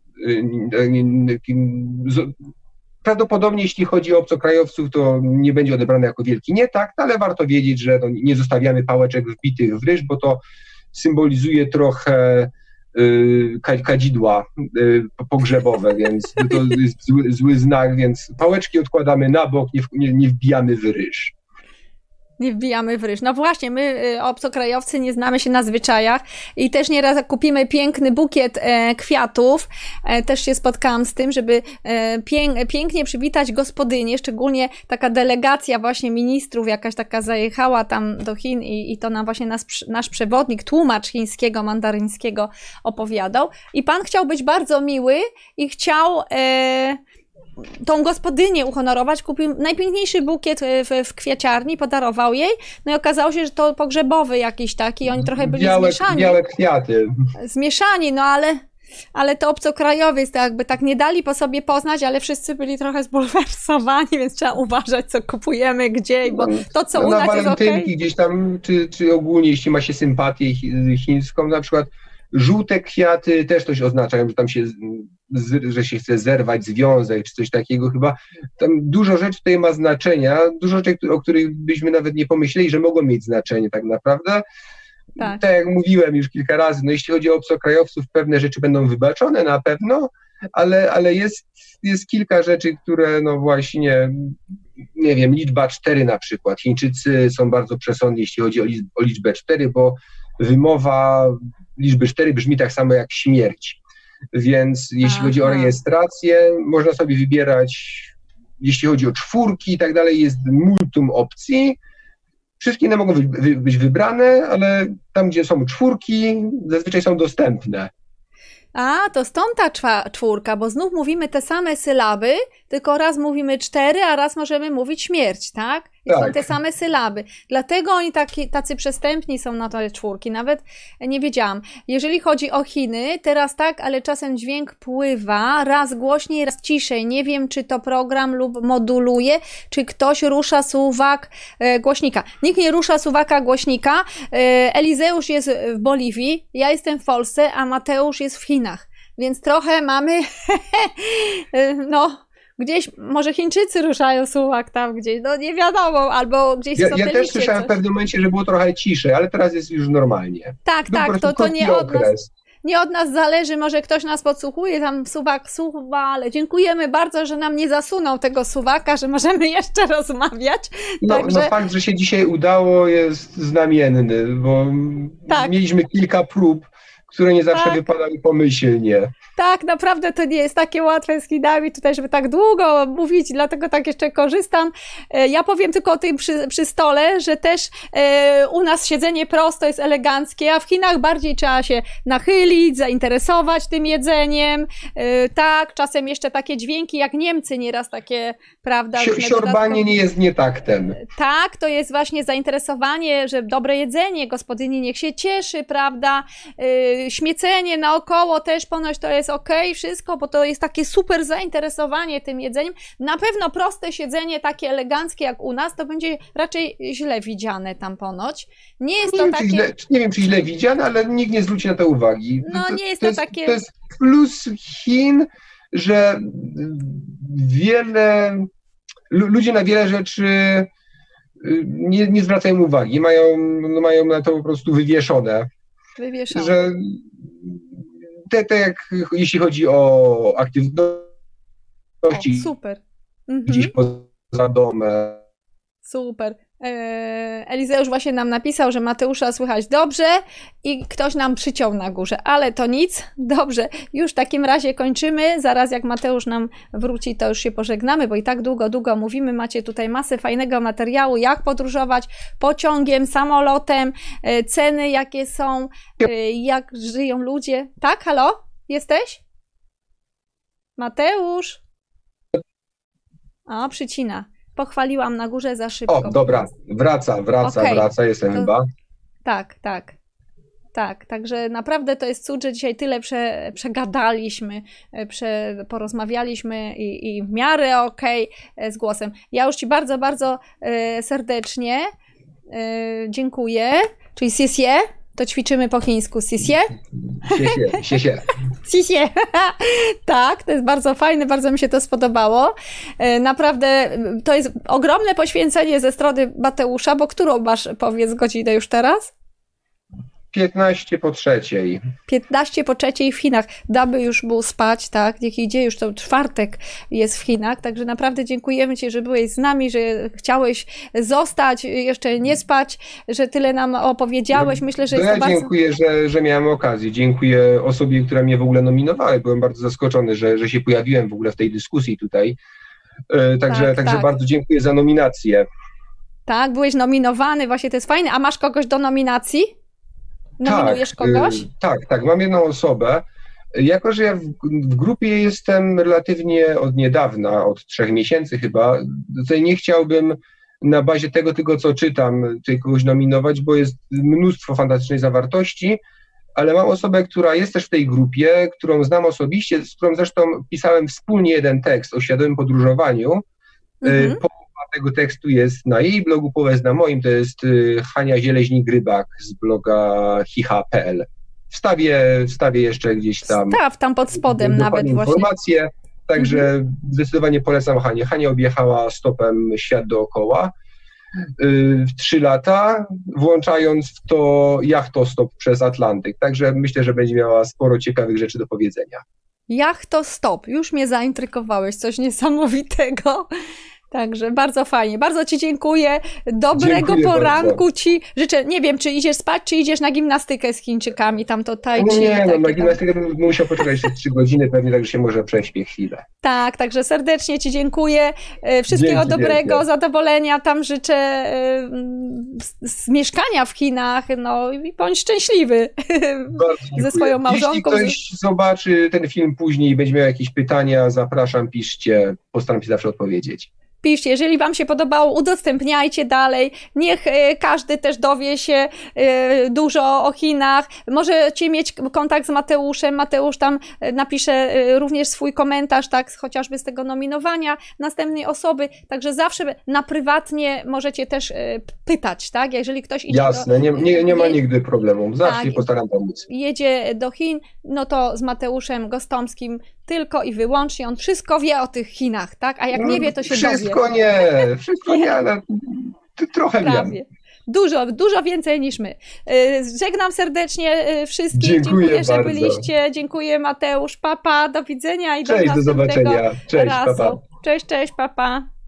Prawdopodobnie jeśli chodzi o obcokrajowców, to nie będzie odebrane jako wielki nietakt, ale warto wiedzieć, że nie zostawiamy pałeczek wbitych w ryż, bo to symbolizuje trochę kadzidła pogrzebowe, więc to jest zły, zły znak, więc pałeczki odkładamy na bok, nie, nie, nie wbijamy w ryż. Nie wbijamy w ryż. No właśnie, my obcokrajowcy nie znamy się na zwyczajach i też nieraz jak kupimy piękny bukiet e, kwiatów, e, też się spotkałam z tym, żeby e, pięk, pięknie przywitać gospodynię, szczególnie taka delegacja właśnie ministrów jakaś taka zajechała tam do Chin i, i to nam właśnie nas, nasz przewodnik, tłumacz chińskiego, mandaryńskiego opowiadał i pan chciał być bardzo miły i chciał e, tą gospodynię uhonorować, kupił najpiękniejszy bukiet w, w kwieciarni, podarował jej, no i okazało się, że to pogrzebowy jakiś taki, oni trochę byli białe, zmieszani. Białe kwiaty. Zmieszani, no ale, ale to obcokrajowiec, to jakby tak nie dali po sobie poznać, ale wszyscy byli trochę zbulwersowani, więc trzeba uważać, co kupujemy, gdzie, bo to, co no, u nas jest okej. gdzieś tam, czy, czy ogólnie, jeśli ma się sympatię chińską, na przykład Żółte kwiaty też coś oznaczają, że tam się, że się chce zerwać związek, czy coś takiego chyba. Tam dużo rzeczy tutaj ma znaczenia, dużo rzeczy, o których byśmy nawet nie pomyśleli, że mogą mieć znaczenie tak naprawdę. Tak. tak jak mówiłem już kilka razy, no jeśli chodzi o obcokrajowców, pewne rzeczy będą wybaczone na pewno, ale, ale jest, jest kilka rzeczy, które no właśnie, nie wiem, liczba cztery na przykład. Chińczycy są bardzo przesądni, jeśli chodzi o, liczb, o liczbę cztery, bo wymowa liczby cztery brzmi tak samo jak śmierć. Więc jeśli Aha. chodzi o rejestrację, można sobie wybierać, jeśli chodzi o czwórki i tak dalej, jest multum opcji. Wszystkie one mogą być, być wybrane, ale tam, gdzie są czwórki, zazwyczaj są dostępne. A, to stąd ta czwa, czwórka, bo znów mówimy te same sylaby, tylko raz mówimy cztery, a raz możemy mówić śmierć, tak? I tak. Są te same sylaby. Dlatego oni taki, tacy przestępni są na te czwórki. Nawet nie wiedziałam. Jeżeli chodzi o Chiny, teraz tak, ale czasem dźwięk pływa, raz głośniej, raz ciszej. Nie wiem, czy to program lub moduluje, czy ktoś rusza suwak e, głośnika. Nikt nie rusza suwaka głośnika. E, Elizeusz jest w Boliwii, ja jestem w Polsce, a Mateusz jest w Chinach. Więc trochę mamy, no... Gdzieś, może Chińczycy ruszają suwak tam gdzieś, no nie wiadomo, albo gdzieś Ja, ja też słyszałem coś. W pewnym momencie, że było trochę ciszej, ale teraz jest już normalnie. Tak, Był tak, to, to nie od nas, nie od nas zależy, może ktoś nas podsłuchuje, tam suwak suwa, ale dziękujemy bardzo, że nam nie zasunął tego suwaka, że możemy jeszcze rozmawiać. No, Także... no fakt, że się dzisiaj udało, jest znamienny, bo tak. mieliśmy kilka prób, które nie zawsze tak. wypadały pomyślnie. Tak, naprawdę to nie jest takie łatwe z Chinami tutaj, żeby tak długo mówić, dlatego tak jeszcze korzystam. Ja powiem tylko o tym przy, przy stole, że też e, u nas siedzenie prosto jest eleganckie, a w Chinach bardziej trzeba się nachylić, zainteresować tym jedzeniem. E, tak, czasem jeszcze takie dźwięki jak Niemcy nieraz takie, prawda? Si- siorbanie dodatkowo... nie jest nietaktem. Tak, to jest właśnie zainteresowanie, że dobre jedzenie, gospodyni niech się cieszy, prawda? E, śmiecenie naokoło też ponoć to jest okej, okay, wszystko, bo to jest takie super zainteresowanie tym jedzeniem. Na pewno proste siedzenie, takie eleganckie jak u nas, to będzie raczej źle widziane tam ponoć. Nie jest nie to wiem, takie... Źle, nie wiem, czy źle widziane, ale nikt nie zwróci na to uwagi. No to, nie jest to, to, jest, takie... To jest plus Chin, że wiele... Ludzie na wiele rzeczy nie, nie zwracają uwagi, mają, no mają na to po prostu wywieszone. Wywieszone. Że te, te jak jeśli chodzi o aktywności o, super. Mhm. gdzieś poza domem. Super. Elizeusz właśnie nam napisał, że Mateusza słychać dobrze i ktoś nam przyciął na górze, ale to nic. Dobrze, już w takim razie kończymy. Zaraz jak Mateusz nam wróci, to już się pożegnamy, bo i tak długo, długo mówimy. Macie tutaj masę fajnego materiału, jak podróżować pociągiem, samolotem, ceny jakie są, jak żyją ludzie. Tak, halo? Jesteś? Mateusz? O, przycina. Pochwaliłam na górze za szybko. O, dobra, wraca, wraca, okay. wraca, jestem to, chyba. Tak, tak, tak, także naprawdę to jest cud, że dzisiaj tyle prze, przegadaliśmy, prze, porozmawialiśmy i, i w miarę okej okay z głosem. Ja już Ci bardzo, bardzo e, serdecznie e, dziękuję, czyli siesie. To ćwiczymy po chińsku. Sisie? Sisie, sisie. Sisie. Tak, to jest bardzo fajne, bardzo mi się to spodobało. Naprawdę to jest ogromne poświęcenie ze strony Mateusza, bo którą masz, powiedz, godzinę już teraz? piętnaście po trzeciej. piętnaście po trzeciej w Chinach. Damy już mu spać, tak? Niech idzie, już to czwartek jest w Chinach, także naprawdę dziękujemy Ci, że byłeś z nami, że chciałeś zostać, jeszcze nie spać, że tyle nam opowiedziałeś. Myślę, że no jest ja to bardzo... dziękuję, że, że miałem okazję. Dziękuję osobie, która mnie w ogóle nominowała. Byłem bardzo zaskoczony, że, że się pojawiłem w ogóle w tej dyskusji tutaj. Także, tak, także tak. bardzo dziękuję za nominację. Tak, byłeś nominowany, właśnie to jest fajne. A masz kogoś do nominacji? Nominujesz tak, kogoś? Tak, tak, mam jedną osobę. Jako że ja w, w grupie jestem relatywnie od niedawna, od trzech miesięcy chyba, tutaj nie chciałbym na bazie tego tylko, co czytam, tutaj kogoś nominować, bo jest mnóstwo fantastycznej zawartości, ale mam osobę, która jest też w tej grupie, którą znam osobiście, z którą zresztą pisałem wspólnie jeden tekst o świadomym podróżowaniu. Mhm. Połowa tego tekstu jest na jej blogu, połowa jest na moim, to jest Hania Zieleźnik-Rybak z bloga chicha kropka pe el. Wstawię, wstawię jeszcze gdzieś tam. Staw tam pod spodem nawet właśnie. Informacje, także mhm. zdecydowanie polecam Hanie. Hania objechała stopem świat dookoła w trzy lata, włączając w to jachtostop przez Atlantyk. Także myślę, że będzie miała sporo ciekawych rzeczy do powiedzenia. Jachtostop, już mnie zaintrygowałeś, coś niesamowitego. Także bardzo fajnie. Bardzo Ci dziękuję. Dobrego dziękuję poranku bardzo. Ci życzę. Nie wiem, czy idziesz spać, czy idziesz na gimnastykę z Chińczykami, tam to tai chi. Nie, no, na gimnastykę bym musiał poczekać jeszcze trzy godziny, pewnie tak, że się może prześpię chwilę. Tak, także serdecznie Ci dziękuję. Wszystkiego Dzięki dobrego, wielkie. Zadowolenia. Tam życzę z, z mieszkania w Chinach, no i bądź szczęśliwy ze swoją małżonką. Jeśli ktoś zobaczy ten film później i będzie miał jakieś pytania, zapraszam, piszcie, postaram się zawsze odpowiedzieć. Piszcie, jeżeli Wam się podobało, udostępniajcie dalej, niech każdy też dowie się dużo o Chinach, możecie mieć kontakt z Mateuszem, Mateusz tam napisze również swój komentarz, tak, chociażby z tego nominowania następnej osoby, także zawsze na prywatnie możecie też pytać, tak, jeżeli ktoś idzie Jasne, do, nie, nie, nie ma nigdy problemu, zawsze tak, postaram pomóc. Jedzie do Chin, no to z Mateuszem Gostomskim tylko i wyłącznie, on wszystko wie o tych Chinach, tak, a jak nie wie, to się wszystko dowie. Wszystko nie, wszystko nie, ale trochę Prawie. wiem. Dużo, dużo więcej niż my. Żegnam serdecznie wszystkich. Dziękuję, Dziękuję, że bardzo. byliście. Dziękuję, Mateusz. Papa, do widzenia i Cześć, do do zobaczenia. Cześć, razu. papa. Cześć, cześć, papa.